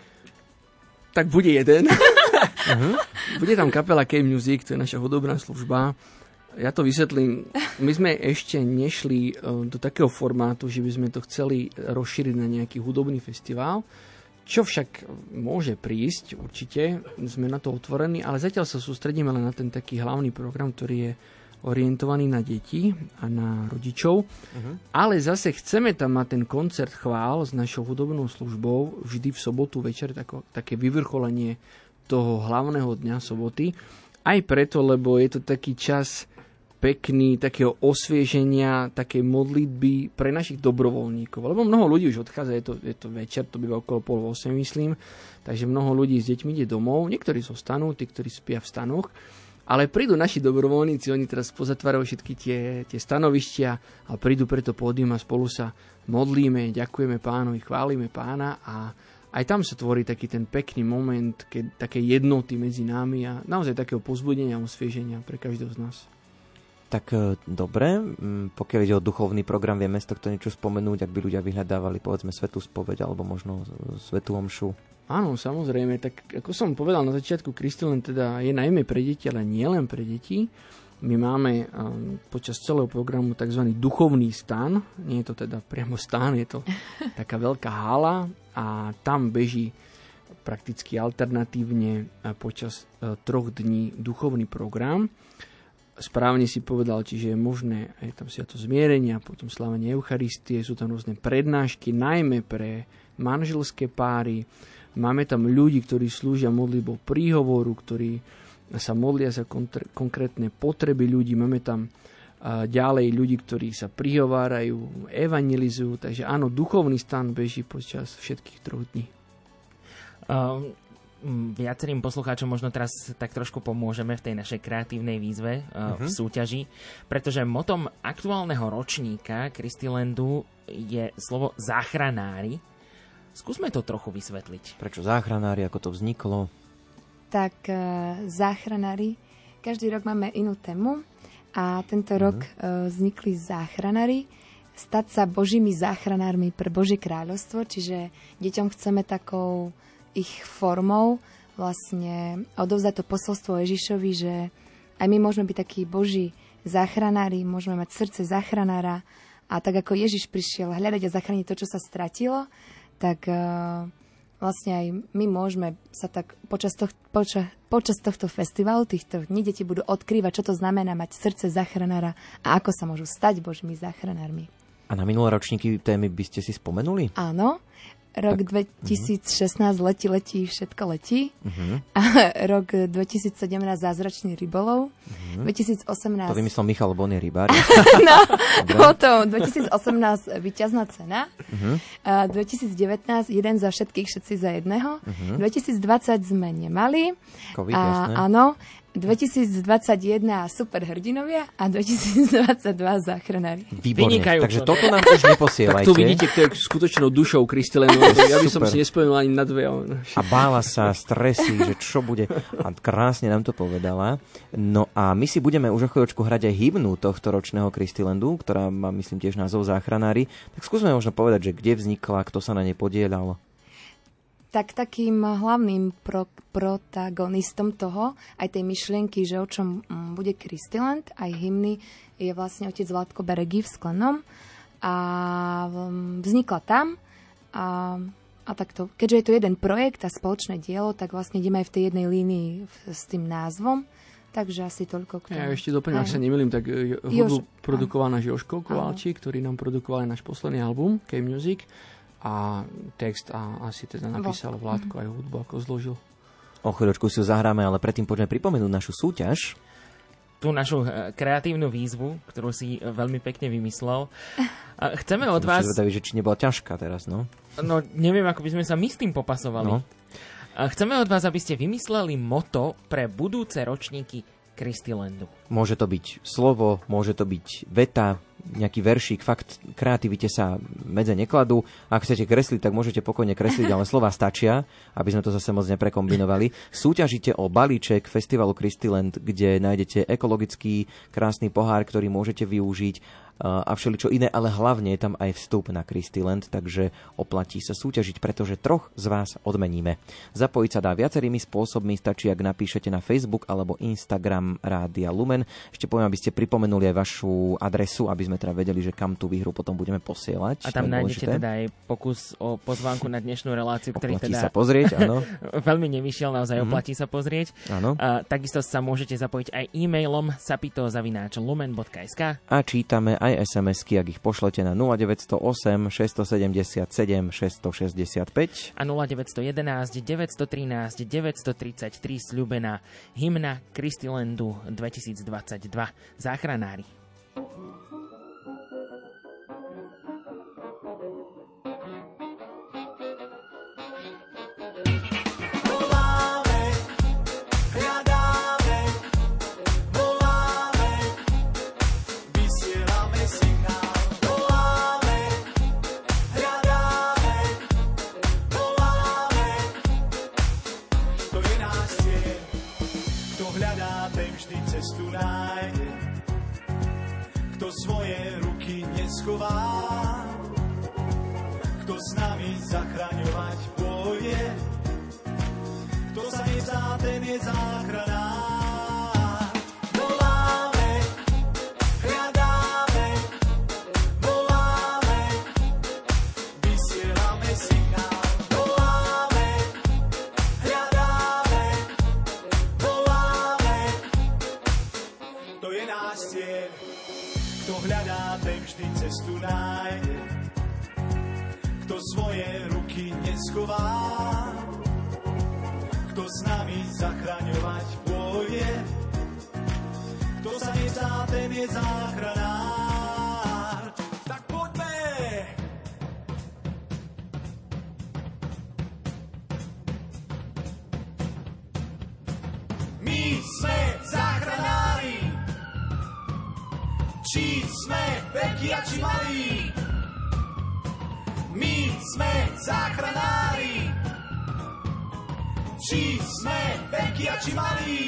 Tak bude jeden. Bude tam kapela K-Music, to je naša hudobná služba. Ja to vysvetlím. My sme ešte nešli do takého formátu, že by sme to chceli rozšíriť na nejaký hudobný festival. Čo však môže prísť, určite, sme na to otvorení, ale zatiaľ sa sústredíme len na ten taký hlavný program, ktorý je orientovaný na deti a na rodičov. Ale zase chceme tam mať ten koncert chvál s našou hudobnou službou vždy v sobotu večer, také vyvrcholenie toho hlavného dňa soboty. Aj preto, lebo je to taký čas pekný, takého osvieženia, takej modlitby pre našich dobrovoľníkov. Lebo mnoho ľudí už odchádza, je to večer, to býva okolo 7:30, myslím, takže mnoho ľudí s deťmi ide domov, niektorí zostanú, tí, ktorí spia v stanoch, ale prídu naši dobrovoľníci, oni teraz pozatvárajú všetky tie stanovištia a prídu preto pódium a spolu sa modlíme, ďakujeme Pánovi, chválime Pána a aj tam sa tvorí taký ten pekný moment, také jednoty medzi nami a naozaj takého povzbudenia a osvieženia pre každého z nás. Tak dobre, pokiaľ ide o duchovný program, vieme z tohto niečo spomenúť, ak by ľudia vyhľadávali, povedzme, svätú spoveď alebo možno svätú omšu. Áno, samozrejme, tak ako som povedal na začiatku, Kristiland teda je najmä pre deti, ale nie len pre deti. My máme počas celého programu tzv. Duchovný stan, nie je to teda priamo stan, je to taká veľká hala a tam beží prakticky alternatívne počas 3 dní duchovný program. Správne si povedal, čiže je možné aj tam sviato zmierenia, potom slávenie Eucharistie, sú tam rôzne prednášky, najmä pre manželské páry. Máme tam ľudí, ktorí slúžia modlitbou príhovoru, ktorí sa modlia za konkrétne potreby ľudí. Máme tam ďalej ľudí, ktorí sa prihovárajú, evangelizujú. Takže áno, duchovný stan beží počas všetkých 3 dní. Viacerým poslucháčom možno teraz tak trošku pomôžeme v tej našej kreatívnej výzve v súťaži, pretože motom aktuálneho ročníka Kristilandu je slovo záchranári. Skúsme to trochu vysvetliť. Prečo záchranári, ako to vzniklo? Tak záchranári, každý rok máme inú tému a tento rok vznikli záchranári, stať sa Božími záchranármi pre Božie kráľovstvo, čiže deťom chceme takou ich formou vlastne odovzdať to posolstvo Ježišovi, že aj my môžeme byť takí Boží záchranári, môžeme mať srdce záchranára a tak ako Ježiš prišiel hľadať a zachrániť to, čo sa stratilo, tak vlastne aj my môžeme sa tak počas tohto festivalu, týchto dní deti budú odkrývať, čo to znamená mať srdce záchranára a ako sa môžu stať Božími záchranármi. A na minulé ročníky témy by ste si spomenuli? Áno. Rok 2016 letí, všetko letí. A rok 2017 zázračný rybolov. 2018... To vymyslel Michal Bon, je rybár. No, potom 2018 víťazná cena. 2019 jeden za všetkých, všetci za jedného. 2020 sme nemali. COVID, jasné. Áno. 2021 super hrdinovia a 2022 záchranári. Výborne, takže toto nám už neposielajte. Tak tu vidíte, kto je skutočnou dušou Kristilendu. Ja by som si nespomenul ani na dve. A bála sa, stresí, že čo bude. A krásne nám to povedala. No a my si budeme už o chvíľočku hrať aj hymnu tohto ročného Kristilendu, ktorá má, myslím, tiež názov Záchranári. Tak skúsme možno povedať, že kde vznikla, kto sa na nej podielal. Tak takým hlavným protagonistom toho, aj tej myšlienky, že o čom bude Kristiland, aj hymny, je vlastne otec Vládko Beregy v Sklenom. A vznikla tam. A takto, keďže je to jeden projekt a spoločné dielo, tak vlastne ideme aj v tej jednej línii s tým názvom. Takže asi toľko k tomu. Ja ešte doplňujem, ak sa nemýlim, tak hudbu produkoval náš Jožko Kovalčík, ktorý nám produkoval náš posledný album, K-Music. A text asi teda napísal Vládko, aj hudbu ako zložil. O chvíľočku si ju zahráme, ale predtým poďme pripomenúť našu súťaž. Tú našu kreatívnu výzvu, ktorú si veľmi pekne vymyslel. Chceme od vás... Zvedavý, že či nebola ťažká teraz, no? No, neviem, ako by sme sa my s tým popasovali. No. Chceme od vás, aby ste vymysleli moto pre budúce ročníky Kristilendu. Môže to byť slovo, môže to byť veta, nejaký veršík, fakt kreativite sa medze nekladú. Ak chcete kresliť, tak môžete pokojne kresliť, ale slova stačia, aby sme to zase moc neprekombinovali. Súťažite o balíček festivalu Kristiland, kde nájdete ekologický krásny pohár, ktorý môžete využiť a všeličo iné, ale hlavne je tam aj vstup na Kristiland, takže oplatí sa súťažiť, pretože 3 z vás odmeníme. Zapojiť sa dá viacerými spôsobmi, stačí, ak napíšete na Facebook alebo Instagram Rádia Lumen. Ešte poviem, aby ste pripomenuli aj vašu adresu, aby sme teda vedeli, že kam tú výhru potom budeme posielať. A tam nájdete teda aj pokus o pozvánku na dnešnú reláciu, ktorý oplatí teda sa pozrieť, áno. Veľmi nevyšiel, naozaj oplatí sa pozrieť. Áno. Takisto sa môžete zapojiť aj e-mailom sapito@lumen.sk. A čítame aj SMS-ky, ak ich pošlete na 0908 677 665 a 0911 913 933 sľubená hymna Kristilendu 2022 Záchranári. Svoje ruky neschová, kto s nami zachraňovať pôjde, kto sa nevzdá, ten je záchranár. Voláme, hľadáme, voláme, vysielame signál. Voláme, hľadáme, voláme, to je náš cieľ. Kto hľadá, ten vždy cestu nájde. Kto svoje ruky neschová, kto s nami zachraňovať pôjde, kto sa nevzdá, ten je záchranár. Tak poďme! My sme záchranári, či sme veľkí a či malí. My sme záchranári, či sme veľkí a či malí.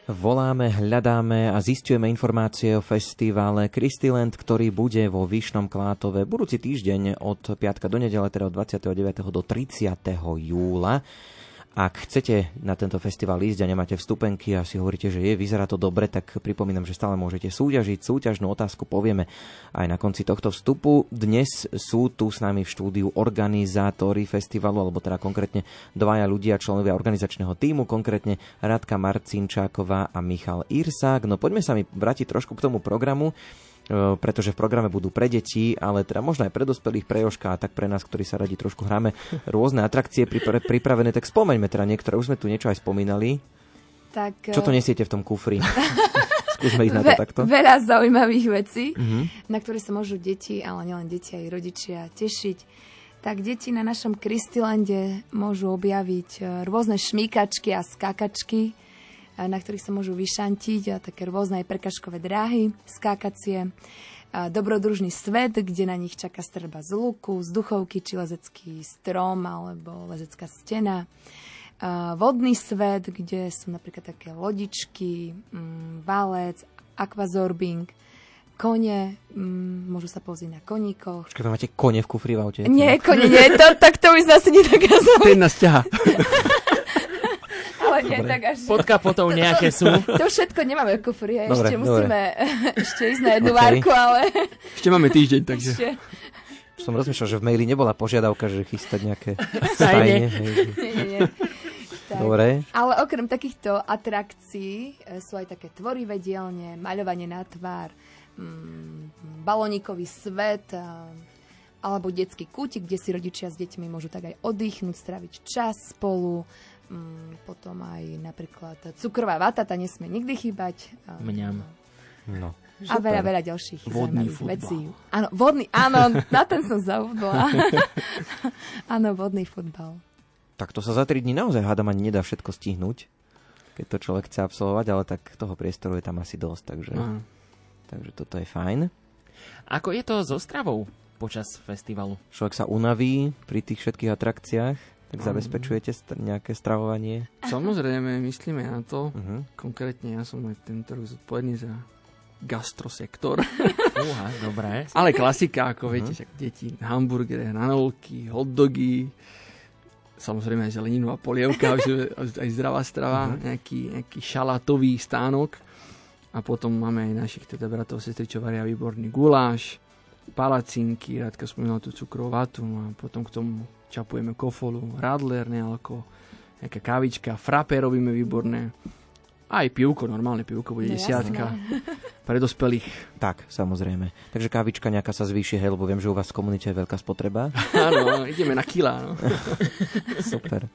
Voláme, hľadáme a zisťujeme informácie o festivale Christyland, ktorý bude vo Vyšnom Klátove budúci týždeň od piatka do nedele, teda od 29. do 30. júla. Ak chcete na tento festival ísť a nemáte vstupenky a si hovoríte, že vyzerá to dobre, tak pripomínam, že stále môžete súťažiť. Súťažnú otázku povieme aj na konci tohto vstupu. Dnes sú tu s nami v štúdiu organizátori festivalu, alebo teda konkrétne dvaja ľudia, členovia organizačného tímu, konkrétne Radka Marcinčáková a Michal Irsák. No poďme sa mi vrátiť trošku k tomu programu, pretože v programe budú pre deti, ale teda možno aj pre dospelých, pre Jožka a tak pre nás, ktorí sa radi trošku hráme, rôzne atrakcie pripravené, tak spomeňme teda niektoré, už sme tu niečo aj spomínali. Tak, čo to nesiete v tom kufri? Skúsme ísť na to takto. Veľa zaujímavých vecí, na ktoré sa môžu deti, ale nielen deti, aj rodičia tešiť. Tak deti na našom Christylande môžu objaviť rôzne šmýkačky a skákačky, na ktorých sa môžu vyšantiť, a také rôzne aj prekažkové dráhy, skákacie, dobrodružný svet, kde na nich čaká streľba z luku, z duchovky, či lezecký strom, alebo lezecká stena. Vodný svet, kde sú napríklad také lodičky, válec, aquazorbing, kone, môžu sa povziť na koníkoch. Počkaj, máte kone v kufri v aute? Nie, kone nie, tak to by sme asi nedokázali. Ten nás ťahá. Ale nie, tak až... Pod kapotou nejaké sú. To všetko nemáme v kufri, ešte musíme ešte ísť na jednu várku, ale... Ešte máme týždeň, takže... Som rozmýšľal, že v maili nebola požiadavka, že chystať nejaké stajne. Nie. Dobre. Ale okrem takýchto atrakcií sú aj také tvorivé dielne, maľovanie na tvár, balónikový svet, alebo detský kútik, kde si rodičia s deťmi môžu tak aj oddychnúť, stráviť čas spolu. Potom aj napríklad cukrová vata, tá nesmie nikdy chýbať. Mňam. No. A veľa ďalších vodný zaujímavých vecí. Áno, na ten som zabudla. Áno, vodný futbal. Tak to sa za 3 dní naozaj hádam ani nedá všetko stihnúť, keď to človek chce absolvovať, ale tak toho priestoru je tam asi dosť, takže toto je fajn. Ako je to so stravou počas festivalu? Človek sa unaví pri tých všetkých atrakciách, tak zabezpečujete nejaké stravovanie? Samozrejme, myslíme na to. Konkrétne ja som aj tento rok zodpovedný za gastrosektor. Dobré. Ale klasika, ako viete, však deti, hamburgery, hranolky, hotdogy, samozrejme aj zeleninu a polievka, aj zdravá strava, nejaký šalátový stánok. A potom máme aj našich teda bratov, sestry, čo varia výborný guláš, palacinky, Radka spomínala tú cukrovú vatu, a potom k tomu čapujeme kofolu, radler, nealko, nejaká kávička, frappé robíme výborné. Aj pivko, normálne pivko, bude 10 pre dospelých. Tak, samozrejme. Takže kávička nejaká sa zvýši, hej, lebo viem, že u vás v komunite je veľká spotreba. Áno, ideme na kilá. No. Super.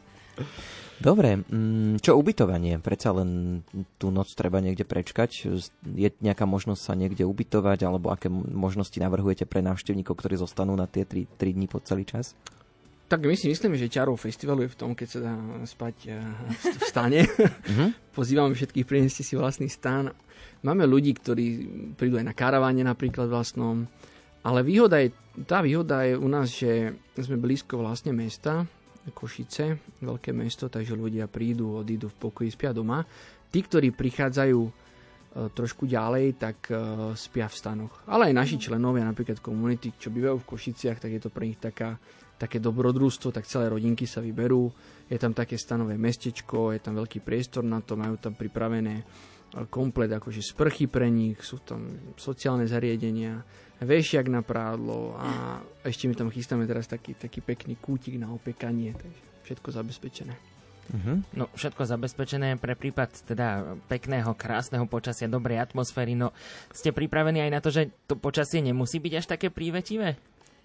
Dobre, čo ubytovanie? Predsa len tú noc treba niekde prečkať. Je nejaká možnosť sa niekde ubytovať, alebo aké možnosti navrhujete pre návštevníkov, ktorí zostanú na tie 3 dní po celý čas? Tak my si myslíme, že čarou festivalu je v tom, keď sa dá spať v stane. Pozývame všetkých, prineste si vlastný stan. Máme ľudí, ktorí prídu aj na karaváne napríklad vlastnom. Ale tá výhoda je u nás, že sme blízko vlastne mesta, Košice, veľké mesto, takže ľudia prídu, odídu v pokoji, spia doma. Tí, ktorí prichádzajú trošku ďalej, tak spia v stanoch. Ale aj naši členovia, napríklad komunity, čo bývajú v Košiciach, tak je to pre nich také dobrodružstvo, tak celé rodinky sa vyberú. Je tam také stanové mestečko, je tam veľký priestor na to, majú tam pripravené komplet akože sprchy pre nich, sú tam sociálne zariadenia, vešiak na prádlo a ešte my tam chystáme teraz taký pekný kútik na opekanie, takže všetko zabezpečené. No, všetko zabezpečené pre prípad teda pekného, krásneho počasia, dobrej atmosféry. No, ste pripravení aj na to, že to počasie nemusí byť až také prívetivé?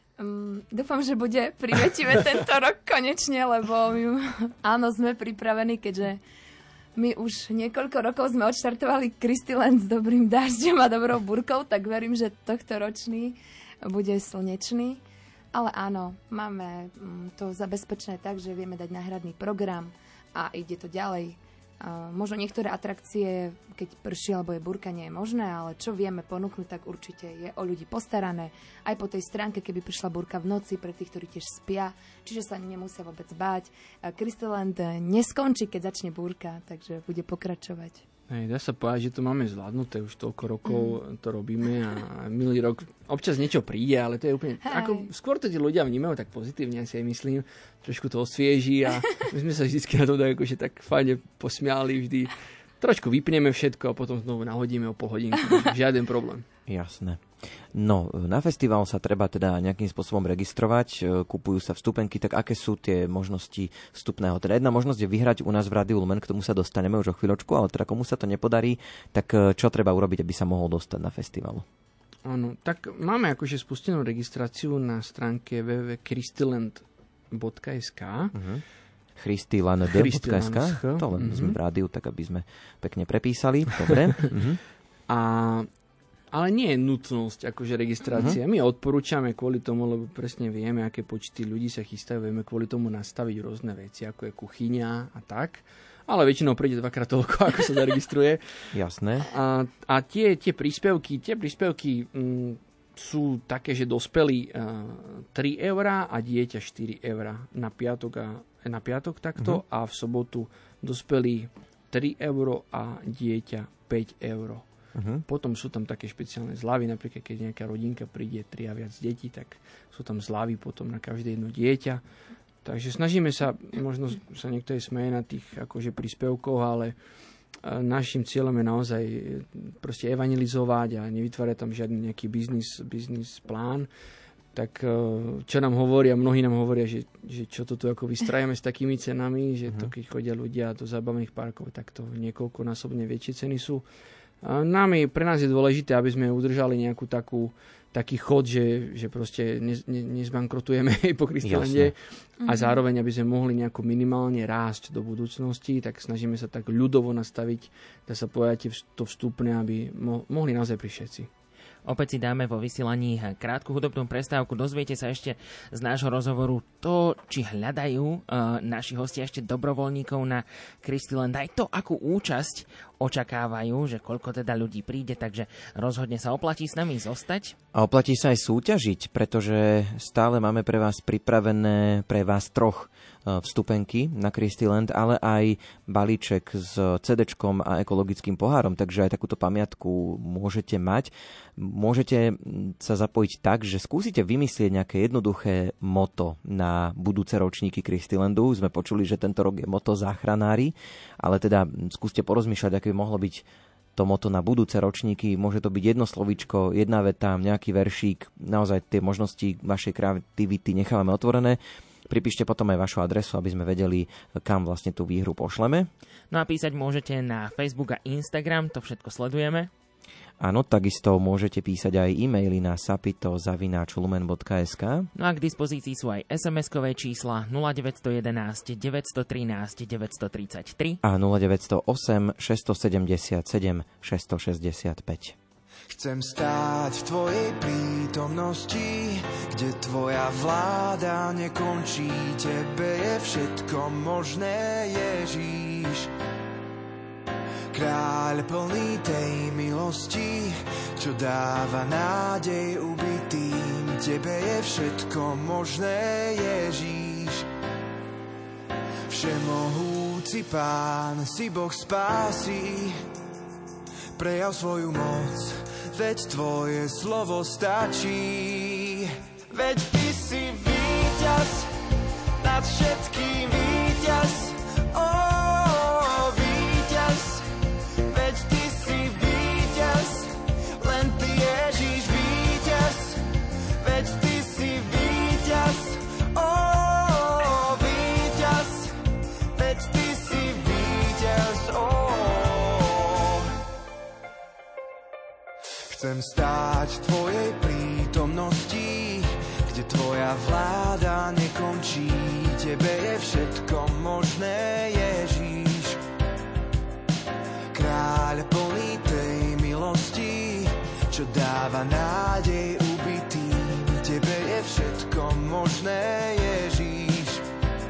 Dúfam, že bude prívetivé tento rok konečne, lebo áno, sme pripravení, keďže my už niekoľko rokov sme odštartovali Christyland s dobrým dažďom a dobrou búrkou, tak verím, že tohto ročný bude slnečný. Ale áno, máme to zabezpečené tak, že vieme dať náhradný program a ide to ďalej. Možno niektoré atrakcie, keď prší alebo je búrka, nie je možné, ale čo vieme ponúknuť, tak určite je o ľudí postarané. Aj po tej stránke, keby prišla búrka v noci, pre tých, ktorí tiež spia, čiže sa nemusia vôbec báť. Christyland neskončí, keď začne búrka, takže bude pokračovať. Dá sa povedať, že to máme zvládnuté, už toľko rokov to robíme a minulý rok občas niečo príde, ale to je úplne... Ako, skôr to tí ľudia vnímajú tak pozitívne, si aj myslím, trošku to osvieží a my sme sa vždycky na to akože tak fajne posmiali vždy. Trošku vypneme všetko a potom znovu nahodíme o pol hodinku. Žiaden problém. Jasné. No, na festival sa treba teda nejakým spôsobom registrovať, kupujú sa vstupenky, tak aké sú tie možnosti vstupného? Teda jedna možnosť je vyhrať u nás v Rádiu Lumen, k tomu sa dostaneme už o chvíľočku, ale teda komu sa to nepodarí, tak čo treba urobiť, aby sa mohol dostať na festival? Áno, tak máme akože spustenú registráciu na stránke www.christyland.sk christyland.sk To len sme v rádiu, tak aby sme pekne prepísali. Dobre. Ale nie je nutnosť akože registrácia. My odporúčame kvôli tomu, lebo presne vieme, aké počty ľudí sa chystajú, vieme kvôli tomu nastaviť rôzne veci, ako je kuchyňa a tak. Ale väčšinou príde dvakrát toľko, ako sa zaregistruje. Jasné. A tie príspevky sú také, že dospelí 3 € a dieťa 4 € na piatok takto a v sobotu dospelí 3 € a dieťa 5 €. Potom sú tam také špeciálne zľavy, napríklad keď nejaká rodinka príde 3 a viac detí, tak sú tam zľavy potom na každé jedno dieťa. Takže snažíme sa, možno sa niekto aj smeje na tých akože príspevkoch, ale našim cieľom je naozaj proste evangelizovať a nevytvárať tam žiadny nejaký biznis plán. Tak čo nám hovoria, mnohí nám hovoria, že čo to tu ako vystrajame s takými cenami, že to keď chodia ľudia do zábavných parkov, tak to niekoľkonásobne väčšie ceny sú. Pre nás je dôležité, aby sme udržali nejakú taký chod, že proste nezbankrotujeme po Christylande a zároveň, aby sme mohli nejako minimálne rásť do budúcnosti, tak snažíme sa tak ľudovo nastaviť, dá sa povedať, to vstupné, aby mohli naozaj prísť všetci. Opäť si dáme vo vysielaní krátku hudobnú prestávku. Dozviete sa ešte z nášho rozhovoru to, či hľadajú naši hostia ešte dobrovoľníkov na Christyland. Aj to, akú účasť očakávajú, že koľko teda ľudí príde, takže rozhodne sa oplatí s nami zostať. A oplatí sa aj súťažiť, pretože stále máme pre vás pripravené, pre vás troch vstupenky na Christyland, ale aj balíček s CD-čkom a ekologickým pohárom, takže aj takúto pamiatku môžete mať. Môžete sa zapojiť tak, že skúsite vymyslieť nejaké jednoduché moto na budúce ročníky Christylandu. Sme počuli, že tento rok je moto záchranári, ale teda skúste porozmýšľať, aké by mohlo byť to moto na budúce ročníky. Môže to byť jedno slovíčko, jedna veta, nejaký veršík. Naozaj tie možnosti vašej kreativity nechávame otvorené. Pripíšte potom aj vašu adresu, aby sme vedeli, kam vlastne tú výhru pošleme. No a písať môžete na Facebook a Instagram, to všetko sledujeme. Áno, takisto môžete písať aj e-maily na sapito@lumen.sk. No a k dispozícii sú aj SMS-kové čísla 0911 913 933 a 0908 677 665. Chcem stáť v tvojej prítomnosti, kde tvoja vláda nekončí, tebe je všetko možné, Ježíš. Kráľ plný tej milosti, čo dáva nádej ubitým, tebe je všetko možné, Ježíš. Všemohúci Pán, si Boh spásy, prejav svoju moc, veď tvoje slovo stačí. Veď ty si víťaz, nad všetkým víťaz, víťaz. Veď ty si víťaz, len ty Ježíš víťaz. Veď ty si víťaz, víťaz. Veď ty si víťaz, Chcem stáť v tvojej prítomnosti, kde tvoja vláda nekončí, tebe je všetko možné, Ježíš. Kráľ plný tej milosti, čo dáva nádej ubitým, tebe je všetko možné, Ježíš.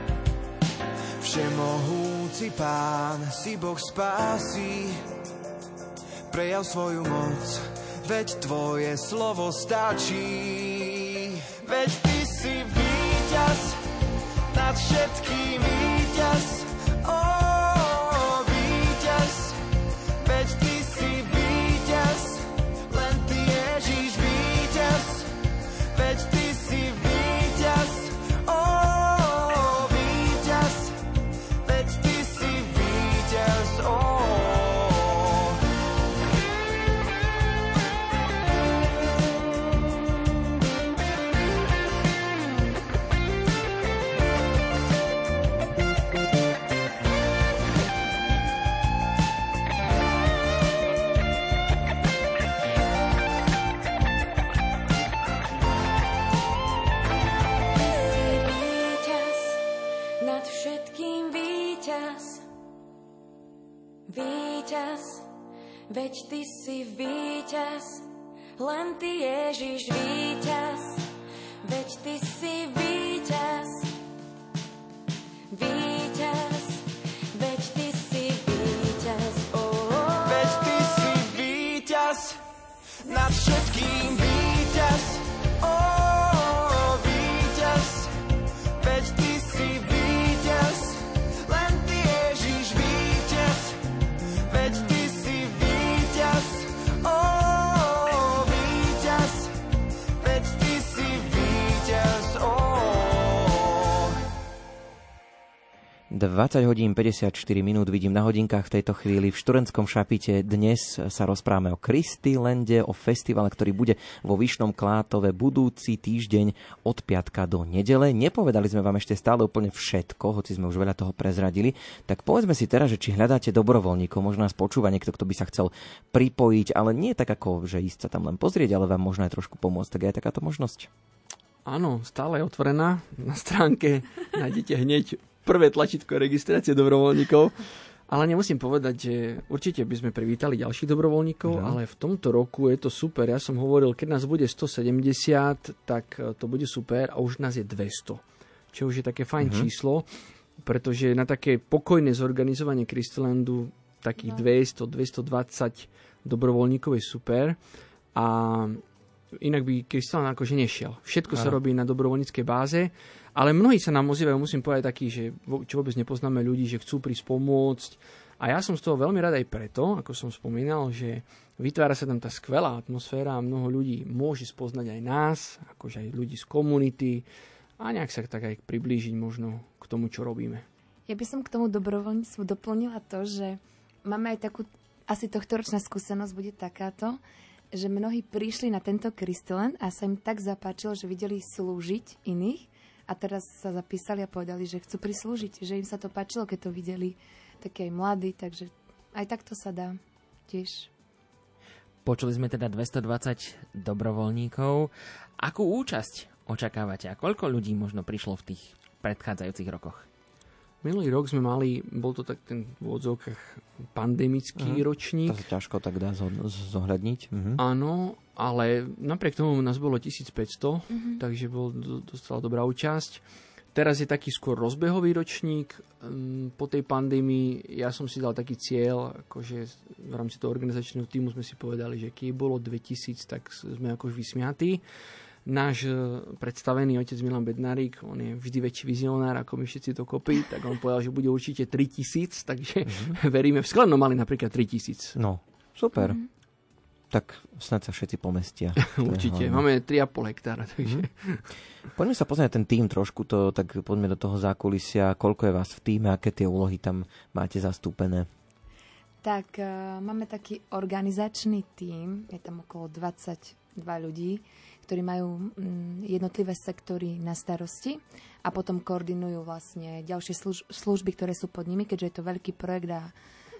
Všemohúci Pán, si Boh spásy, prejav svoju moc, veď tvoje slovo stačí. Veď ty si víťaz, nad všetkým víťaz, víťaz. víťaz, veď ty si víťaz, len ty Ježiš víťaz, veď ty si víťaz, víťaz, veď ty si víťaz, veď ty si víťaz, nad všetkým víťaz, víťaz, veď ty si víťaz, len ty Ježiš víťaz, veď ty si víťaz, víťaz, veď ty si víťaz, 20 hodín 54 minút vidím na hodinkách v tejto chvíli. V Šturenskom Šapite dnes sa rozprávame o Kristylande, o festivale, ktorý bude vo Vyšnom Klátove budúci týždeň od piatka do nedele. Nepovedali sme vám ešte stále úplne všetko, hoci sme už veľa toho prezradili. Tak povedzme si teraz, že či hľadáte dobrovoľníkov, možno nás počúva niekto, kto by sa chcel pripojiť, ale nie tak ako, že ísť sa tam len pozrieť, ale vám možno aj trošku pomôcť. Tak je aj takáto možnosť? Áno, stále je otvorená. Na stránke nájdete hneď prvé tlačítko registrácie dobrovoľníkov. Ale nemusím povedať, že určite by sme privítali ďalších dobrovoľníkov, ale v tomto roku je to super. Ja som hovoril, keď nás bude 170, tak to bude super a už nás je 200. Čo už je také fajn číslo, pretože na také pokojné zorganizovanie Kristylandu takých 200-220 dobrovoľníkov je super. A inak by Kristyland akože nešiel. Všetko sa robí na dobrovoľníckej báze. Ale mnohí sa nám ozývajú, musím povedať takí, že čo vôbec nepoznáme ľudí, že chcú prísť pomôcť. A ja som z toho veľmi rád aj preto, ako som spomínal, že vytvára sa tam tá skvelá atmosféra a mnoho ľudí môže spoznať aj nás, akože aj ľudí z komunity a nejak sa tak aj priblížiť možno k tomu, čo robíme. Ja by som k tomu dobrovoľníctvu doplnila to, že máme aj takú, asi tohtoročná skúsenosť bude takáto, že mnohí prišli na tento Kristyland a sa im tak zapáčilo, že videli slúžiť iných. A teraz sa zapísali a povedali, že chcú prislúžiť, že im sa to páčilo, keď to videli takí aj mladí, takže aj takto sa dá tiež. Počuli sme teda 220 dobrovoľníkov. Akú účasť očakávate a koľko ľudí možno prišlo v tých predchádzajúcich rokoch? Minulý rok sme mali, bol to tak ten v odzovkách pandemický ročník. To sa ťažko tak dá zohľadniť. Áno, ale napriek tomu nás bolo 1500, takže bol dostala dobrá účasť. Teraz je taký skôr rozbehový ročník. Po tej pandémii ja som si dal taký cieľ, akože v rámci toho organizačného tímu sme si povedali, že keď bolo 2000, tak sme akož vysmiatí. Náš predstavený otec Milan Bednárik, on je vždy väčší vizionár ako my všetci to kopy, tak on povedal, že bude určite 3000, takže veríme. V Sklenom mali napríklad 3000. No, super. Tak snad sa všetci pomestia. Určite, máme 3,5 hektára. Takže. Poďme sa pozrieť ten tým trošku, tak poďme do toho zákulisia. Koľko je vás v tíme, aké tie úlohy tam máte zastúpené? Tak, máme taký organizačný tím, je tam okolo 22 ľudí, ktorí majú jednotlivé sektory na starosti a potom koordinujú vlastne ďalšie služby, ktoré sú pod nimi, keďže je to veľký projekt a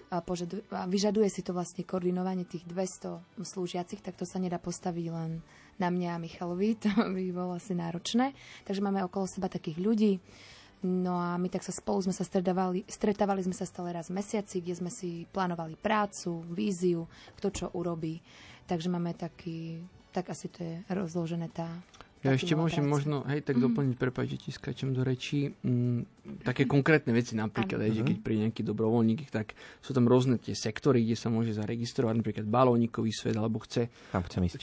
vyžaduje si to vlastne koordinovanie tých 200 slúžiacich, tak to sa nedá postaviť len na mňa a Michalovi, to by bolo asi náročné. Takže máme okolo seba takých ľudí. No a my tak sa spolu sme sa stretávali sme sa stále raz v mesiaci, kde sme si plánovali prácu, víziu, kto čo urobí. Takže máme taký, tak asi to je rozložené tá... Ja ešte môžem možno, tak doplniť, prepáč, že ti skáčem do rečí, také konkrétne veci napríklad, že keď príde nejaký dobrovoľník, tak sú tam rôzne tie sektory, kde sa môže zaregistrovať, napríklad balónikový svet, alebo chce... Tam chcem ísť.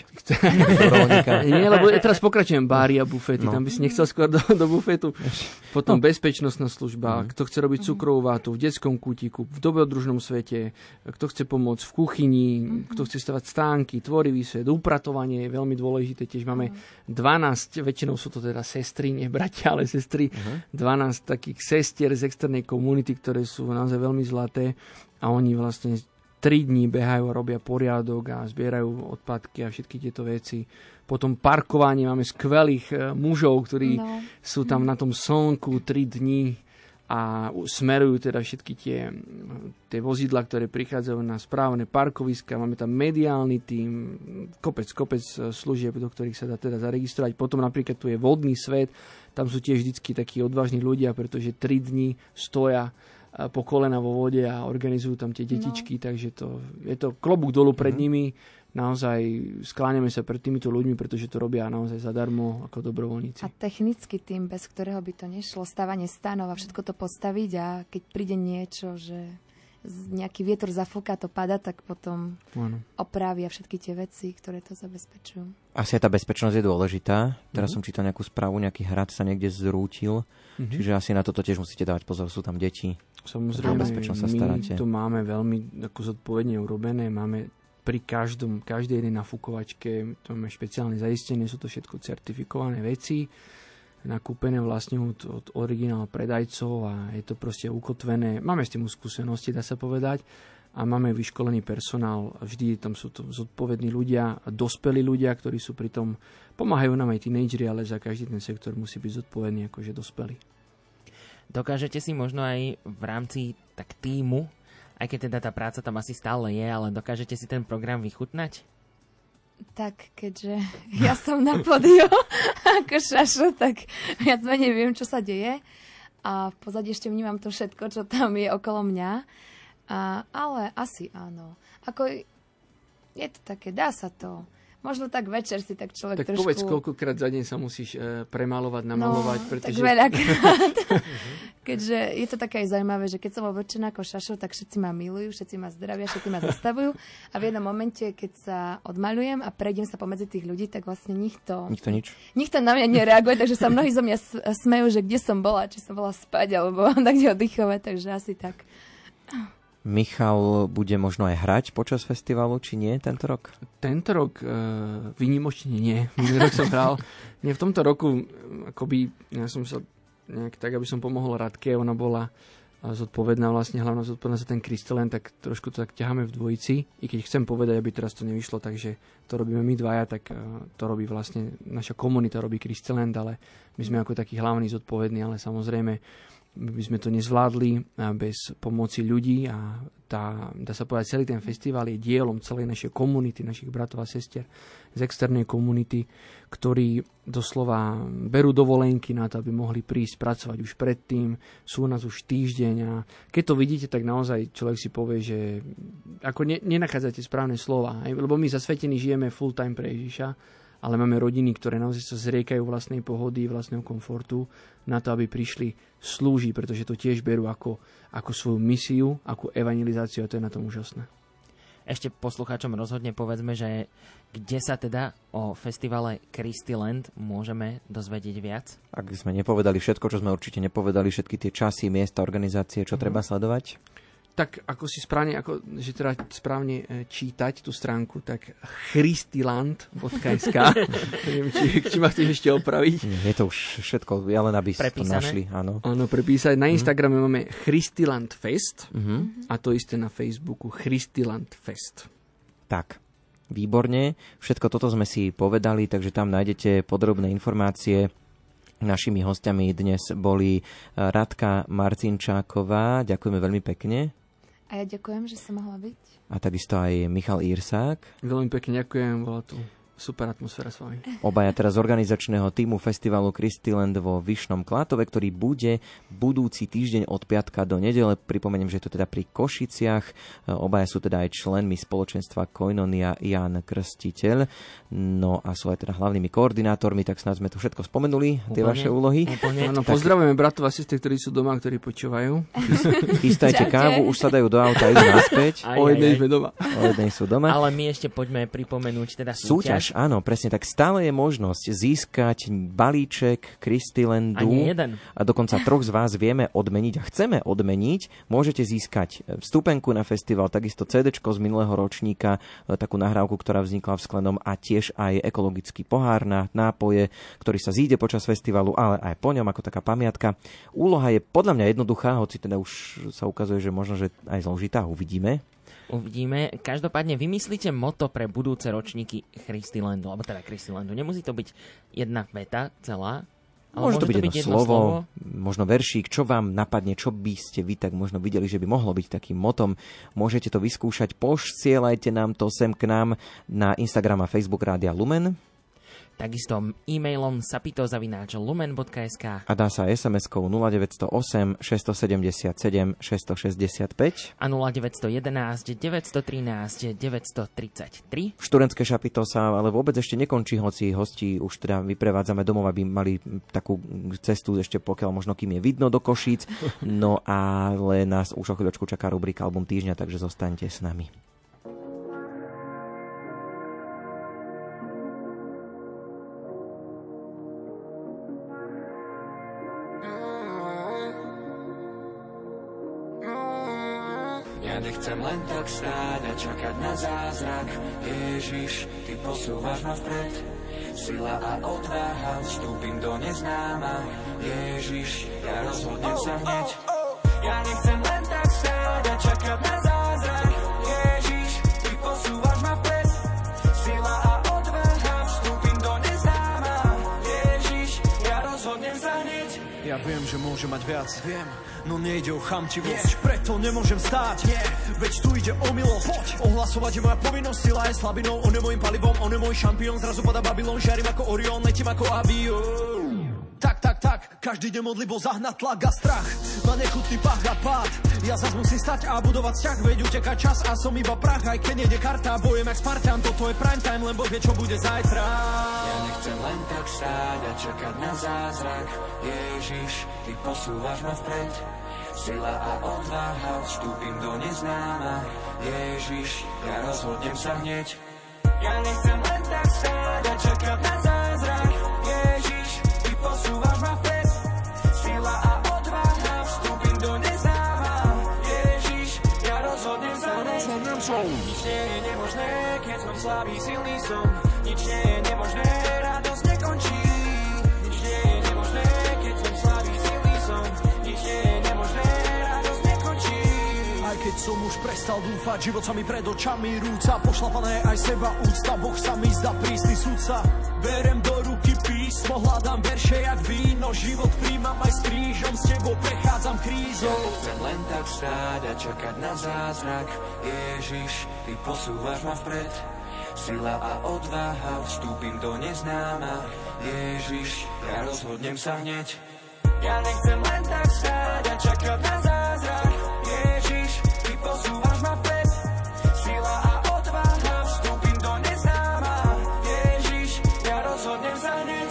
Nie, lebo teraz pokračujem bári a bufety, tam by si nechcel skôr do bufetu. Potom bezpečnostná služba, kto chce robiť cukrovú vátu v detskom kútiku, v dobrodružnom svete, kto chce pomôcť v kuchyni, kto chce stavať stánky, tvorivý svet, upratovanie je veľmi dôležité, tiež máme 12, väčšinou sú to teda sestry, nie bratia, ale sestry, 12 takých sestier z externej komunity, ktoré sú naozaj veľmi zlaté a oni vlastne 3 dní behajú a robia poriadok a zbierajú odpadky a všetky tieto veci. Potom parkovanie, máme skvelých mužov, ktorí sú tam na tom slnku 3 dní a smerujú teda všetky tie vozidla, ktoré prichádzajú na správne parkoviska. Máme tam mediálny tím, kopec služieb, do ktorých sa dá teda zaregistrovať. Potom napríklad tu je vodný svet, tam sú tiež vždycky takí odvážni ľudia, pretože 3 dní stoja po kolena vo vode a organizujú tam tie detičky, takže je to klobúk dolu pred nimi. Naozaj skláňame sa pred týmito ľuďmi, pretože to robia naozaj zadarmo ako dobrovoľníci. A technický tým, bez ktorého by to nešlo, stávanie stanov a všetko to postaviť a keď príde niečo, že nejaký vietor zafúka, to pada, tak potom opravia všetky tie veci, ktoré to zabezpečujú. Asi tá bezpečnosť je dôležitá. Teraz som čítal nejakú správu, nejaký hrad sa niekde zrútil, čiže asi na toto tiež musíte dávať pozor, sú tam deti. Samozrejme, my to máme veľmi zodpovedne urobené, máme pri každej jednej nafúkovačke, to máme špeciálne zaistené, sú to všetko certifikované veci, nakúpené vlastne od originál predajcov a je to proste ukotvené. Máme s tým skúsenosti, dá sa povedať, a máme vyškolený personál. Vždy tam sú to zodpovední ľudia, dospelí ľudia, ktorí sú pri tom, pomáhajú nám aj tínedžeri, ale za každý ten sektor musí byť zodpovedný akože dospelý. Dokážete si možno aj v rámci tak tímu, aj keď teda tá práca tam asi stále je, ale dokážete si ten program vychutnať? Tak, keďže ja som na pódiu ako Šašo, tak viac menej viem, čo sa deje. A v pozadí ešte vnímam to všetko, čo tam je okolo mňa. Ale asi áno. Ako je to také, dá sa to. Možno tak večer si tak človek tak trošku... Tak povedz, koľkokrát za deň sa musíš premalovať, namalovať, pretože... tak veľakrát. Keďže je to také aj zaujímavé, že keď som oblečená ako Šašo, tak všetci ma milujú, všetci ma zdravia, všetci ma zastavujú. A v jednom momente, keď sa odmaľujem a prejdem sa pomedzi tých ľudí, tak vlastne nikto na mňa nereaguje, takže sa mnohí zo mňa smejú, že kde som bola, či som bola spať, alebo tak kde oddychovať, takže asi tak... Michal bude možno aj hrať počas festivalu, či nie tento rok? Tento rok výnimočne nie. Minulý rok som hral. Nie, v tomto roku akoby, ja som sa nejak tak, aby som pomohol Radke, ona bola zodpovedná, vlastne hlavná zodpovedná za ten Crystalland, tak trošku to tak ťaháme v dvojici. I keď chcem povedať, aby teraz to nevyšlo, takže to robíme my dvaja, tak to robí vlastne naša komunita, robí Crystalland, ale my sme ako takí hlavní zodpovední, ale samozrejme by sme to nezvládli bez pomoci ľudí a dá sa povedať, celý ten festival je dielom celej našej komunity, našich bratov a sestier z externej komunity, ktorí doslova berú dovolenky na to, aby mohli prísť pracovať už predtým, sú u nás už týždeň a keď to vidíte, tak naozaj človek si povie, že ako nenachádzate správne slova, lebo my zasvetení žijeme full time pre Ježiša, ale máme rodiny, ktoré naozaj sa zriekajú vlastnej pohody, vlastného komfortu na to, aby prišli slúžiť, pretože to tiež berú ako svoju misiu, ako evangelizáciu a to je na tom úžasné. Ešte poslucháčom rozhodne povedzme, že kde sa teda o festivale Crystalland môžeme dozvedieť viac? Ak sme nepovedali všetko, čo sme určite nepovedali, všetky tie časy, miesta, organizácie, čo treba sledovať? Tak ako si správne, že teda správne čítať tú stránku, tak christiland.sk. Neviem, či ma chceš ešte opraviť. Je to už všetko, len aby ste to našli. Áno, prepísať. Na Instagrame máme Christiland Fest a to isté na Facebooku Christiland Fest. Tak, výborne. Všetko toto sme si povedali, takže tam nájdete podrobné informácie. Našimi hostiami dnes boli Radka Marcinčáková. Ďakujeme veľmi pekne. A ja ďakujem, že som mohla byť. A takisto aj Michal Írsák. Veľmi pekne ďakujem, bola tu super atmosféra s vami. Obaja teraz z organizačného tímu festivalu Crystalland vo Vyšnom Klátove, ktorý bude budúci týždeň od piatka do nedele. Pripomeniem, že je to teda pri Košiciach. Obaja sú teda aj členmi spoločenstva Koinonia Ján Krstiteľ. No a sú aj teda hlavnými koordinátormi, tak snad sme to všetko spomenuli, tie vaše úlohy. No, pozdravujeme bratov a sestry, ktorí sú doma, ktorí počúvajú. Chystajte kávu, už sa dajú do auta, idú naspäť. O jednej sme doma. O jednej sú doma. Ale my ešte poďme pripomenúť teda súťaž. Áno, presne, tak stále je možnosť získať balíček Crystallandu. A nie jeden. A dokonca 3 z vás vieme odmeniť a chceme odmeniť. Môžete získať vstupenku na festival, takisto CDčko z minulého ročníka, takú nahrávku, ktorá vznikla v Sklenom a tiež aj ekologický pohár na nápoje, ktorý sa zíde počas festivalu, ale aj po ňom ako taká pamiatka. Úloha je podľa mňa jednoduchá, hoci teda už sa ukazuje, že možno, že aj zložitá, uvidíme. Každopádne vymyslíte motto pre budúce ročníky Crystallandu, alebo teda Crystallandu. Nemusí to byť jedna veta celá, ale môže to byť jedno slovo, možno veršík, čo vám napadne, čo by ste vy tak možno videli, že by mohlo byť takým motom. Môžete to vyskúšať, posielajte nám to sem k nám na Instagram a Facebook Rádia Lumen. Takisto e-mailom sapito@lumen.sk a dá sa SMS-kou 0908 677 665 a 0911 913 933. Študentské šapito sa ale vôbec ešte nekončí, hoci hostí už teda vyprevádzame domov, aby mali takú cestu ešte pokiaľ možno kým je vidno do Košíc. No ale nás už o chvíľočku čaká rubrika Album týždňa, takže zostaňte s nami. Ja nechcem len tak stáť a čakať na zázrak. Ježiš, ty posúvaš ma vpred. Sila a odvaha, vstúpim do neznáma. Ježiš, ja rozhodnem sa hneď. Ja nechcem len tak stáť a čakať na zázrak. Ježiš, ty posúvaš ma vpred. Sila a odvaha, vstúpim do neznáma. Ježiš, ja rozhodnem sa hneď. Ja viem, že môžem mať viac, viem, no nejde o chamtivosť, preto nemôžem stáť, veď tu ide o milosť. Ohlasovať je moja povinnosť, sila je slabinou, on je mojim palivom, on je môj šampión, zrazu padá Babylon, žiarím ako Orion, letím ako avión. Tak, každý deň modlí bol zahnať tlak a strach, má nechutný pach a pád. Ja zas musím stať a budovať vzťah, veď uteká čas a som iba prach, aj keď nejde karta, bojem jak Spartan, toto je prime time, len Boh vie, čo bude zajtra. Ja nechcem len tak stáť a čakať na zázrak. Ježiš, ty posúvaš ma vpred. Sila a odvaha, vstúpim do neznáma. Ježiš, ja rozhodnem sa hneď. Ja nechcem len tak stáť a čakať na zázrak. Ježiš, ty posúvaš ma vpred. Sila a odvaha, vstúpim do neznáma. Ježiš, ja rozhodnem sa hneď. Nič nie je nemožné, keď som slabý, silný som. Nič nie je nemožné, radosť nekončí. Nič nie je nemožné, keď som slabý, silný som. Nič nie je nemožné, radosť nekončí. Aj keď som už prestal dúfať, život sa mi pred očami rúca. Pošlapané aj seba úcta, Boh sa mi zdá prísny sudca. Berem do ruky písmo, hľadám verše jak víno. Život príjmam aj s krížom, s tebou prechádzam krízou. Ja nechcem len tak stáť a čakať na zázrak. Ježiš, ty posúvaš ma vpred. Sila a odvaha, vstúpim do neznáma. Ježiš, ja rozhodnem sa hneď. Ja nechcem len tak stáť a čakať na zázrak. Ježiš, ty posúvaš ma vpred. Sila a odvaha, vstúpim do neznáma. Ježiš, ja rozhodnem sa hneď.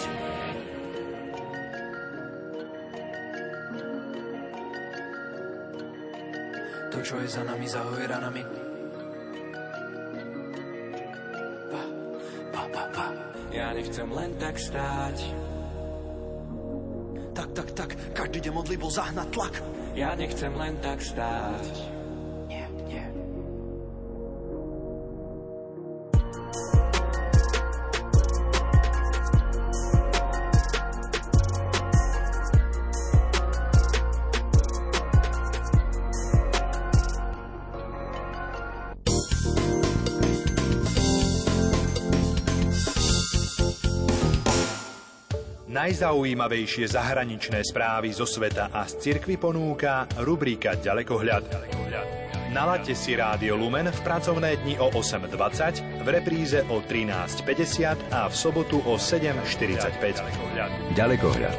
To, čo je za nami, za ranami. Ja nechcem len tak stáť. Tak, každý deň modlí bol zahnať tlak. Ja nechcem len tak stáť. Nie. Najzaujímavejšie zahraničné správy zo sveta a z cirkvi ponúka rubrika Ďalekohľad. Nalaďte si Rádio Lumen v pracovné dni o 8:20, v repríze o 13:50 a v sobotu o 7:45. Ďalekohľad.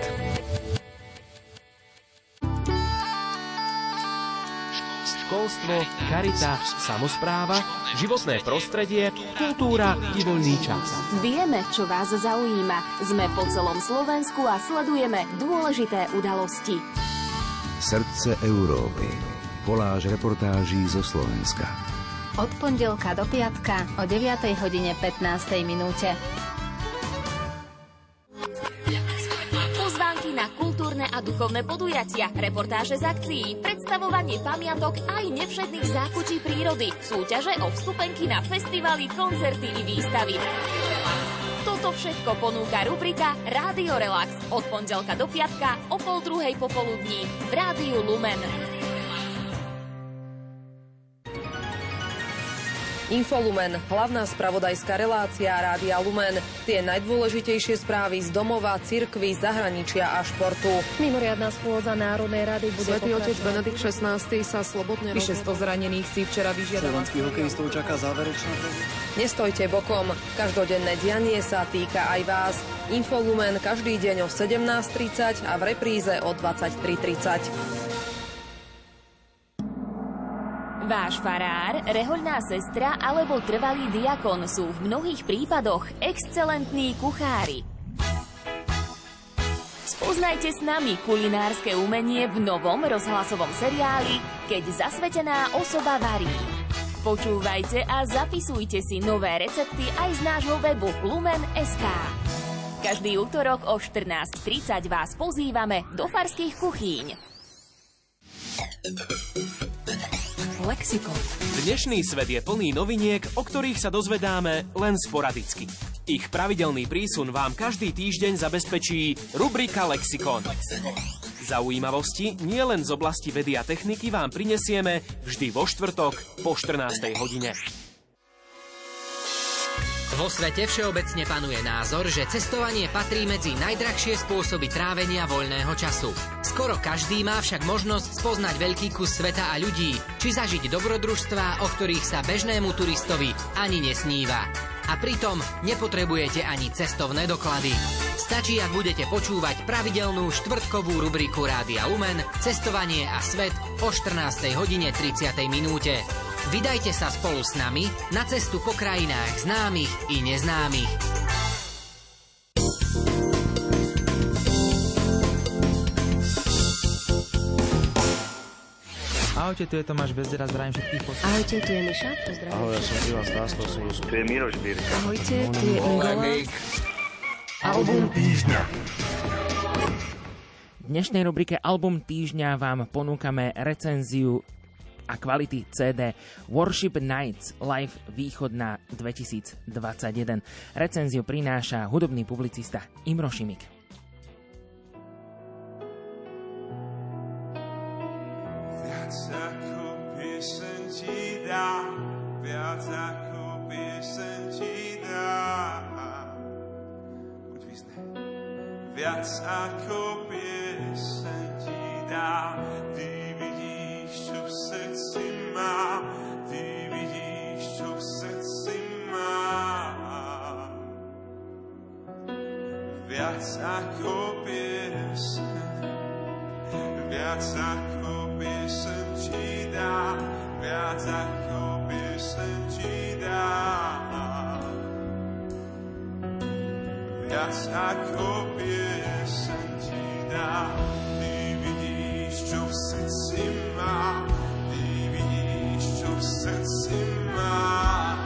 Školstvo, charita, samospráva, životné prostredie, kultúra i voľný čas. Vieme, čo vás zaujíma. Sme po celom Slovensku a sledujeme dôležité udalosti. Srdce Európy. Koláž reportáží zo Slovenska. Od pondelka do piatka o 9:15 minúte. Na kultúrne a duchovné podujatia, reportáže z akcií, predstavovanie pamiatok aj nevšetných zákutí prírody, súťaže o vstupenky na festivaly, koncerty i výstavy. Toto všetko ponúka rubrika Rádio Relax od pondelka do piatka o 12:30 popoludní v Rádiu Lumen. Infolumen, hlavná spravodajská relácia Rádia Lumen. Tie najdôležitejšie správy z domova, cirkvi, zahraničia a športu. Mimoriadna schôdza Národnej rady bude Svätý otec Benedikt XVI sa slobodne Vyše 100 zranených si včera vyžiadala. Slovenských hokejistov čaká záverečná. Nestojte bokom. Každodenné dianie sa týka aj vás. Infolumen každý deň o 17:30 a v repríze o 23:30. Váš farár, rehoľná sestra alebo trvalý diakon sú v mnohých prípadoch excelentní kuchári. Spoznajte s nami kulinárske umenie v novom rozhlasovom seriáli Keď zasvetená osoba varí. Počúvajte a zapisujte si nové recepty aj z nášho webu lumen.sk. Každý útorok o 14:30 vás pozývame do farských kuchýň. Lexikon. Dnešný svet je plný noviniek, o ktorých sa dozvedáme len sporadicky. Ich pravidelný prísun vám každý týždeň zabezpečí rubrika Lexikon. Zaujímavosti nielen z oblasti vedy a techniky vám prinesieme vždy vo štvrtok po 14:00 hodine. Vo svete všeobecne panuje názor, že cestovanie patrí medzi najdrahšie spôsoby trávenia voľného času. Skoro každý má však možnosť spoznať veľký kus sveta a ľudí, či zažiť dobrodružstvá, o ktorých sa bežnému turistovi ani nesníva. A pritom nepotrebujete ani cestovné doklady. Stačí, ak budete počúvať pravidelnú štvrtkovú rubriku Rádia Lumen Cestovanie a svet o 14:30. Vydajte sa spolu s nami na cestu po krajinách známych i neznámych. Ahojte, tu je Tomáš Bezdera, zdravím všetkých poslucháčov. Ahojte, tu je Miša, pozdravím. Ahoj, ja som Ivan Stáslo, tu je Miroš Birka. Ahojte, tu je Ingola. Album týždňa. V dnešnej rubrike Album týždňa vám ponúkame recenziu a kvality CD Worship Nights Live Východná 2021. Recenziu prináša hudobný publicista Imro Šimik. Viac ako pieseň ti dá, viac ako pieseň ti dá. Buď význe. Viac ako pieseň ti dá, ty vidíš, čo v srdci mám, ty vidíš, čo v srdci mám. Viac ako pieseň, viac ako pieseň ti dá, viac ako pieseň ti dá. Viac ako pieseň ti dá, ty vidíš, čo v srdci mám, ty vidíš, čo v srdci mám.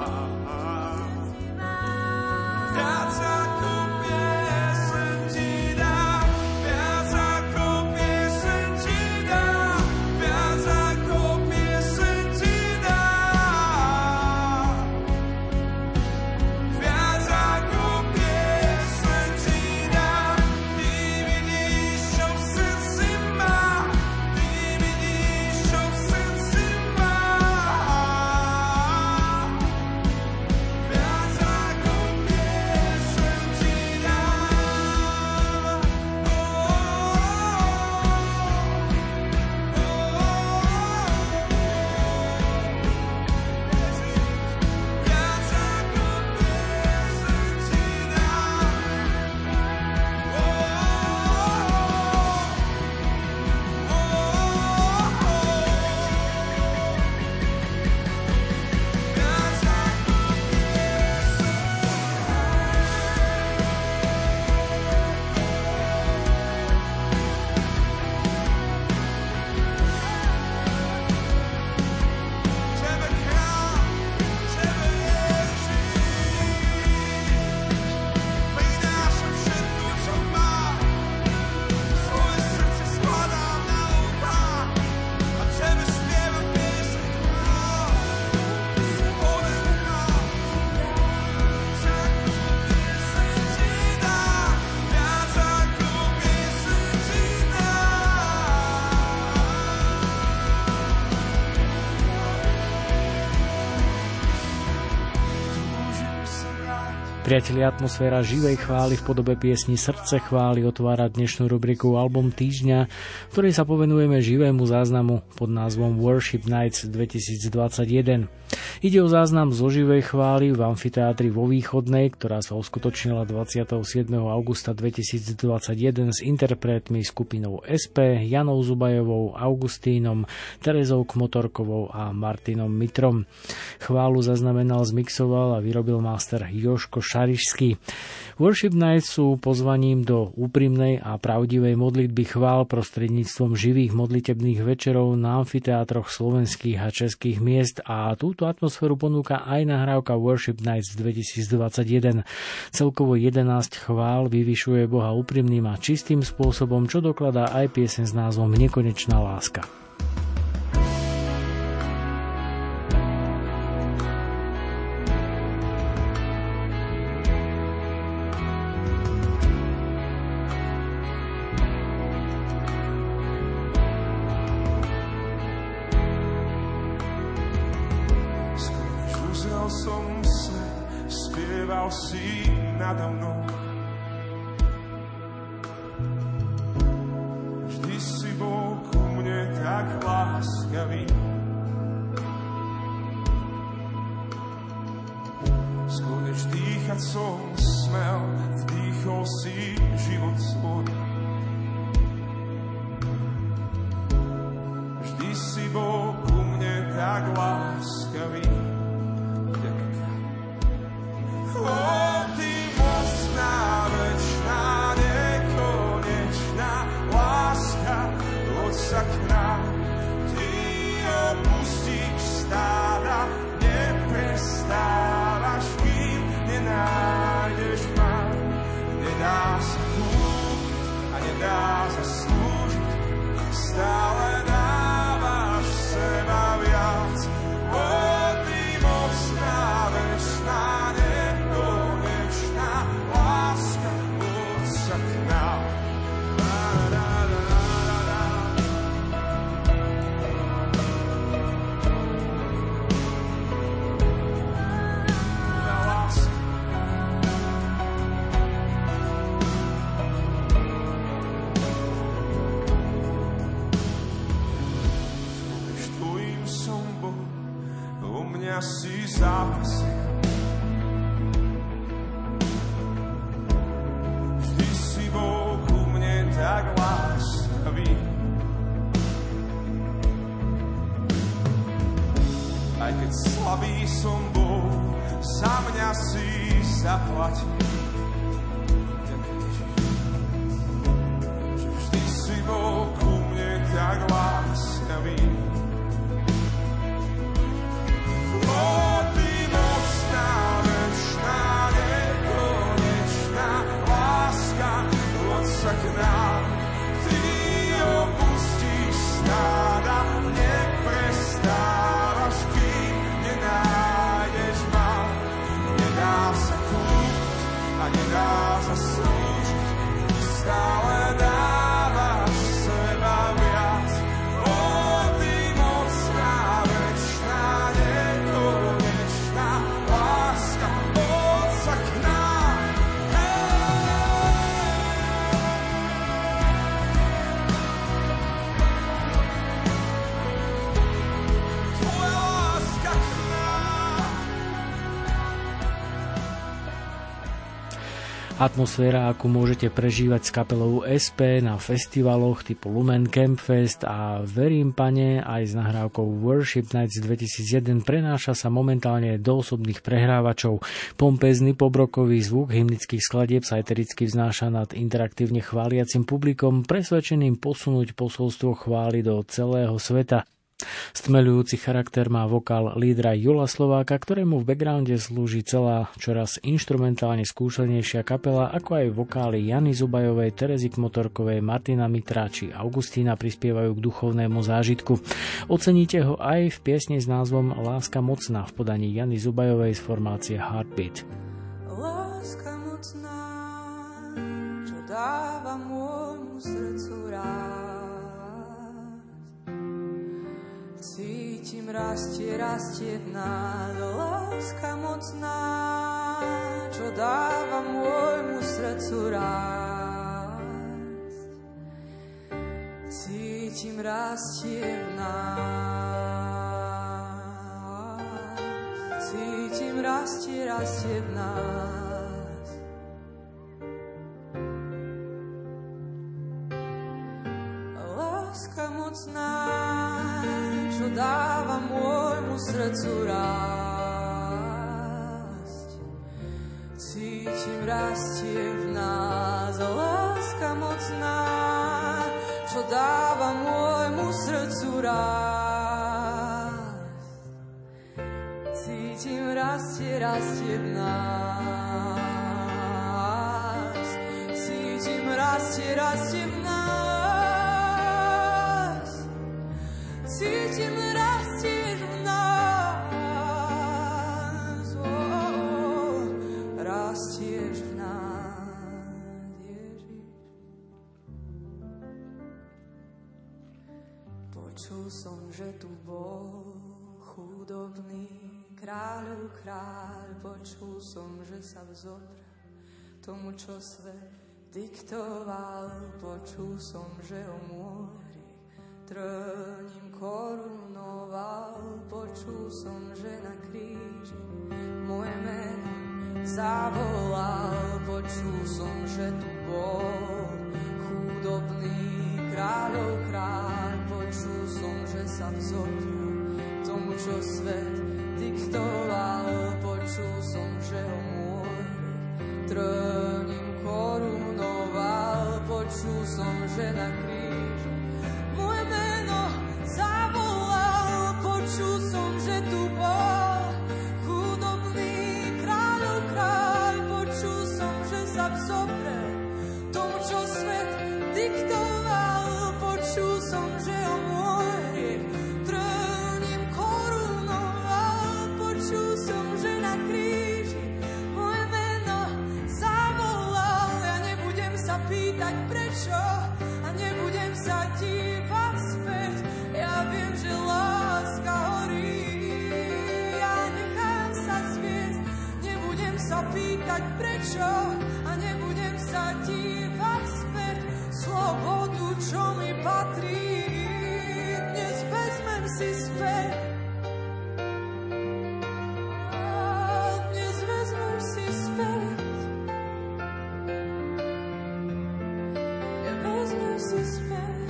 Viac ako pieseň ti dá, viac ako pieseň ti dá, viac ako pieseň ti dá. Viac ako pieseň ti dá, ty vidíš, čo v srdci mám, ty vidíš, čo v srdci mám. Priatelia, atmosféra živej chvály v podobe piesni Srdce chvály otvára dnešnú rubriku Album týždňa, v ktorej sa povenujeme živému záznamu pod názvom Worship Nights 2021. Ide o záznam zo živej chvály v amfiteátri vo Východnej, ktorá sa uskutočnila 27. augusta 2021 s interpretmi skupinou SP, Janou Zubajovou, Augustínom, Terezou Kmotorkovou a Martinom Mitrom. Chválu zaznamenal, zmixoval a vyrobil master Jožko Šarišský. Worship Nights sú pozvaním do úprimnej a pravdivej modlitby chvál prostredníctvom živých modlitebných večerov na amfiteátroch slovenských a českých miest a túto atmosféru ponúka aj nahrávka Worship Nights 2021. Celkovo 11 chvál vyvyšuje Boha úprimným a čistým spôsobom, čo dokladá aj pieseň s názvom Nekonečná láska. Atmosféra, akú môžete prežívať s kapelou SP na festivaloch typu Lumen Campfest a Verím Pane aj s nahrávkou Worship Nights 2001 prenáša sa momentálne do osobných prehrávačov. Pompezný pobrokový zvuk hymnických skladieb sa etericky vznáša nad interaktívne chváliacim publikom, presvedčeným posunúť posolstvo chvály do celého sveta. Stmeľujúci charakter má vokál lídra Jula Slováka, ktorému v backgrounde slúži celá čoraz inštrumentálne skúšanejšia kapela, ako aj vokály Jany Zubajovej, Terezy Kmotorkovej, Martina Mitra či Augustína prispievajú k duchovnému zážitku. Oceníte ho aj v piesni s názvom Láska mocná v podaní Jany Zubajovej z formácie Heartbeat. Láska mocná, čo dáva môjmu srdcu rád. Cítim rastie v nás láska mocná, čo dáva môjmu srdcu rásť. Cítim rastie v nás. Cítim rastie v nás. Láska mocná, čo dáva môjmu srdcu rásť. Cítim rastie v nás. Láska mocná, čo dáva môjmu srdcu rásť. Cítim rastie v nás. Cítim rastie v nás. Cítim rastie v nás. Rastieš v nás, Ježiš. Počul som, že tu bol chudobný kráľov kráľ. Počul som, že sa vzobral tomu, čo svet diktoval. Počul som, že ho môri trním korunoval. Počul som, že na kríži moje meno zavolal. Počul som, že tu bol chudobný kráľov kráľ. Počul som, že sa vzobral tomu, čo svet diktoval. Počul som, že ho môj trním korunoval. Počul som, že na kríži moje meno zavolal. Počul som, že tu bol chudobný kráľov kráľ. Počul som, že sa vzoprel tomu, čo svet diktoval. Počul som, že ho môj trním korunoval. Počul som, že na kríži moje meno zavolal. Ja nebudem sa pýtať prečo a nebudem sa dívať späť. Ja viem, že láska horí. Ja nechám sa zviesť. Nebudem sa pýtať prečo a nebudem sa dívať späť. Slobodu, čo mi patrí, dnes vezmem si späť. Dnes vezmem si späť. Ja vezmem si späť.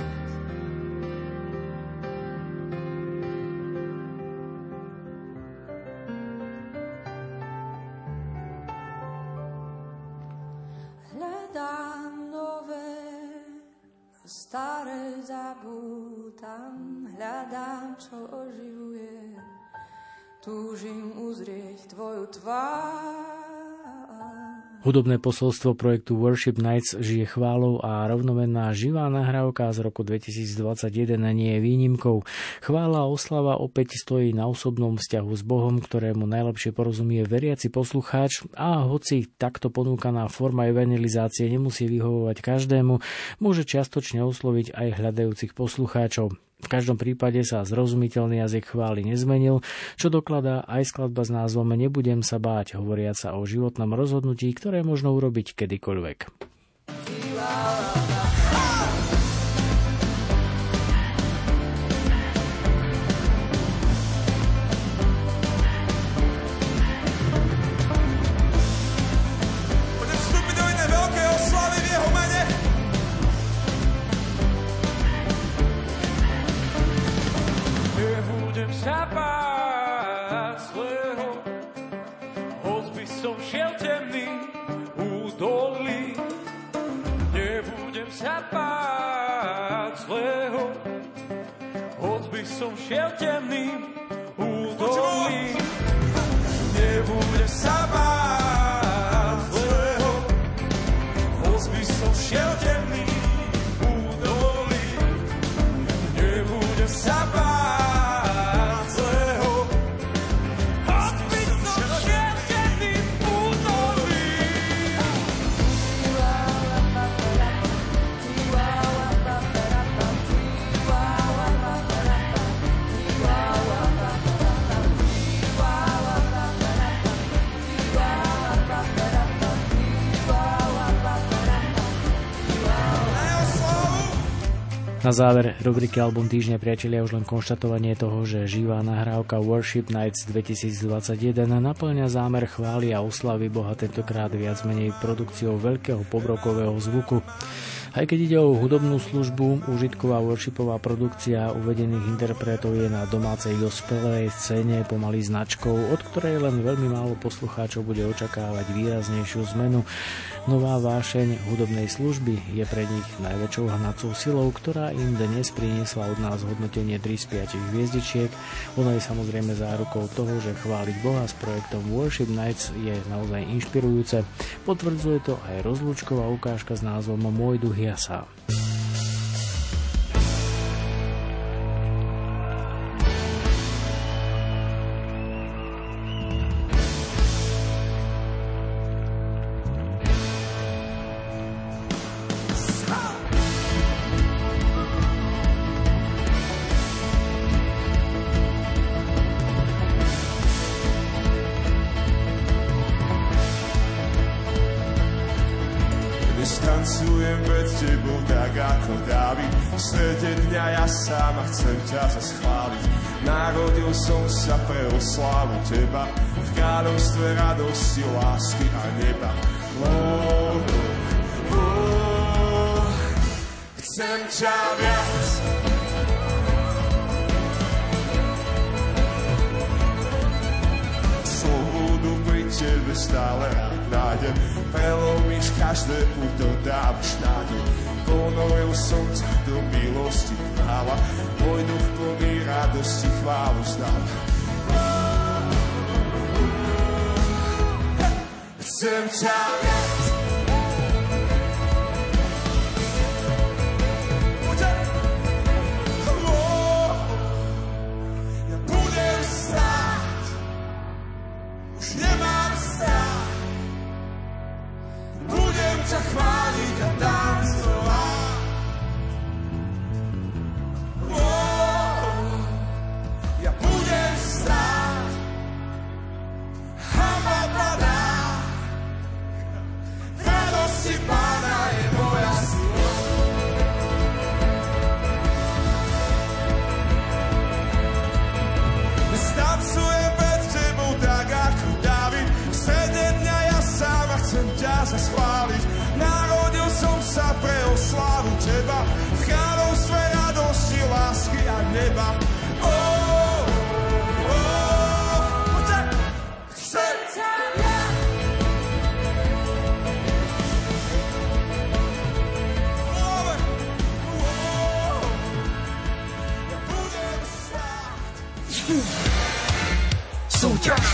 Hľadám nové, staré zabútam. Hľadám, čo oživuje. Túžim uzrieť tvoju tvár. Hudobné posolstvo projektu Worship Nights žije chválou a rovnomenná živá nahrávka z roku 2021 nie je výnimkou. Chvála a oslava opäť stojí na osobnom vzťahu s Bohom, ktorému najlepšie porozumie veriaci poslucháč, a hoci takto ponúkaná forma evangelizácie nemusí vyhovovať každému, môže čiastočne osloviť aj hľadajúcich poslucháčov. V každom prípade sa zrozumiteľný jazyk chvály nezmenil, čo dokladá aj skladba s názvom Nebudem sa báť, hovoriaca o životnom rozhodnutí, ktoré možno urobiť kedykoľvek. Sa báť zlého, hoď by som šiel temným údolí. Nebudem sa báť zlého, hoď by som šiel temným údolí. Nebudem sa báť zlého, hoď by som šiel temným údolí. Nebudem sa báť. Wow. Na záver rubriky Album týždňa, priatelia, už len konštatovanie toho, že živá nahrávka Worship Nights 2021 naplňa zámer chvály a oslavy Boha, tentokrát viac menej produkciou veľkého pobrokového zvuku. Aj keď ide o hudobnú službu, užitková worshipová produkcia uvedených interpretov je na domácej gospelej scéne pomaly značkou, od ktorej len veľmi málo poslucháčov bude očakávať výraznejšiu zmenu. Nová vášeň hudobnej služby je pre nich najväčšou hnacou silou, ktorá im dnes priniesla od nás hodnotenie 3 z 5 hviezdičiek. Ono je samozrejme zárukou toho, že chváliť Boha s projektom Worship Nights je naozaj inšpirujúce. Potvrdzuje to aj rozlúčková ukážka s názvom Môj duch ja sám. Chcem ťa zaschváliť. Narodil som sa pre oslávu teba v kráľovstve radosti, lásky a neba. Chcem ťa viac. Slobodu pri tebe stále rád nájdem. Prelomíš každé puto, dávaš nádej. Ponoril som ťa do milosti kráľa, tvoj duch plný radosti chválu vzdáva. Chcem ťa viac. Ja budem stáť, už nemám stáť. Budem ťa chváliť a dám slova. Ja budem stáť a ma padá. V radosti Pána je moja sila. Stancujem pred tebou tak ako Dávid. Sede dňa ja sám a chcem ťa zaschváliť. Narodil som sa pre oslávu teba v kráľovstve radosti, lásky a neba. Chcem ťa viac. Ja budem stáť. Súťaž.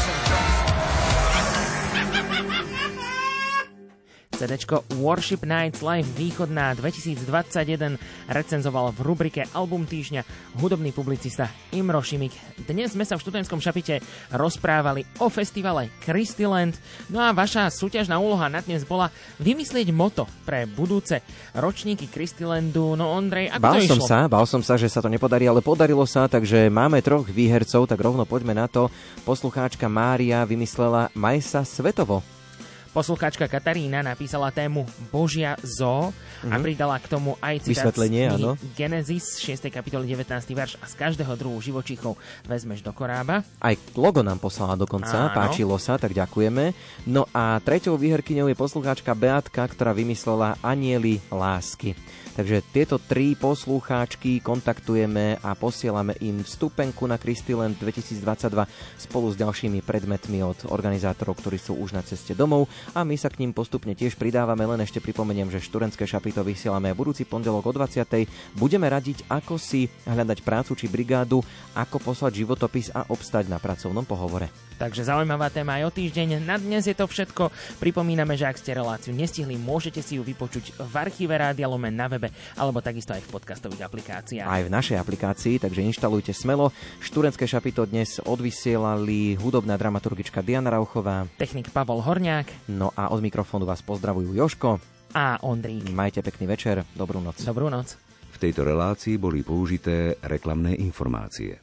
CDčko Worship Nights Live Východná 2021 recenzoval v rubrike Album týždňa hudobný publicista Imro Šimik. Dnes sme sa v študentskom šapite rozprávali o festivale Christyland. No a vaša súťažná úloha na dnes bola vymyslieť moto pre budúce ročníky Christylandu. No Ondrej, ako to išlo? Bál som sa, že sa to nepodarí, ale podarilo sa, takže máme 3 výhercov, tak rovno poďme na to. Poslucháčka Mária vymyslela Maj sa svetovo. Poslucháčka Katarína napísala tému Božia zoo a pridala k tomu aj citát z knihy Genesis 6. kapitoly 19. verš: a z každého druhu živočíchov vezmeš do korába. Aj logo nám poslala dokonca, páčilo sa, tak ďakujeme. No a 3. výherkyňou je poslucháčka Beatka, ktorá vymyslela Anieli lásky. Takže tieto 3 poslucháčky kontaktujeme a posielame im vstupenku na Christyland 2022 spolu s ďalšími predmetmi od organizátorov, ktorí sú už na ceste domov, a my sa k ním postupne tiež pridávame. Len ešte pripomeniem, že študentské šapito vysielame budúci pondelok o 20. Budeme radiť, ako si hľadať prácu či brigádu, ako poslať životopis a obstať na pracovnom pohovore. Takže zaujímavá téma aj o týždeň. Na dnes je to všetko. Pripomíname, že ak ste reláciu nestihli, môžete si ju vypočuť v archíve Rádia Lumen na webe, alebo takisto aj v podcastových aplikáciách. Aj v našej aplikácii, takže inštalujte smelo. Študentské šapito dnes odvysielali hudobná dramaturgička Diana Rauchová, technik Pavol Horňák. No a od mikrofónu vás pozdravujú Jožko a Ondrík. Majte pekný večer, dobrú noc. Dobrú noc. V tejto relácii boli použité reklamné informácie.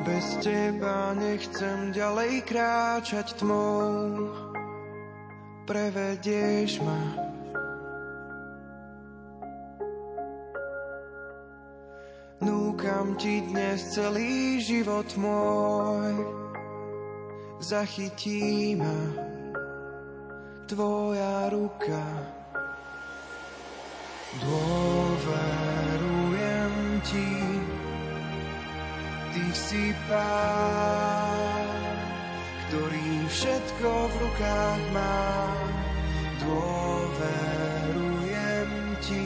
Bez teba nechcem ďalej kráčať tmou, prevedieš ma. Núkam ti dnes celý život môj, zachytí ma tvoja ruka. Dôverujem ti, ty si Pán, ktorý všetko v rukách má. Dôverujem ti,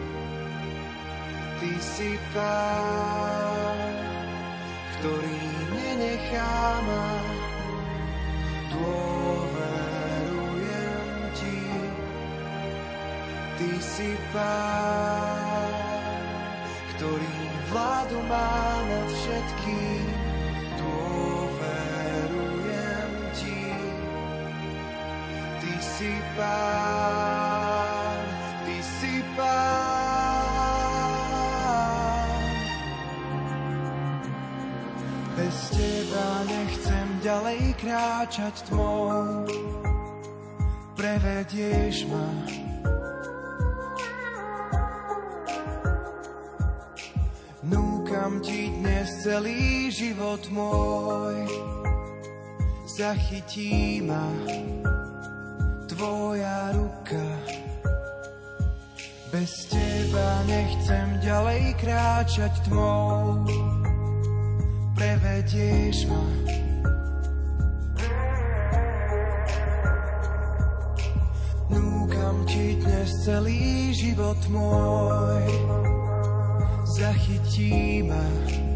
ty si Pán, ktorý nenechá ma. Dôverujem ti, ty si Pán, ktorý vládu má nad všetkým. Dôverujem ti, ty si Pán, ty si Pán. Bez teba nechcem ďalej kráčať tmou, prevedieš ma. Núkam ti dnes celý život môj, zachytí ma tvoja ruka. Bez teba nechcem ďalej kráčať tmou, prevedieš ma. Núkam ti dnes celý život môj, zachytí ma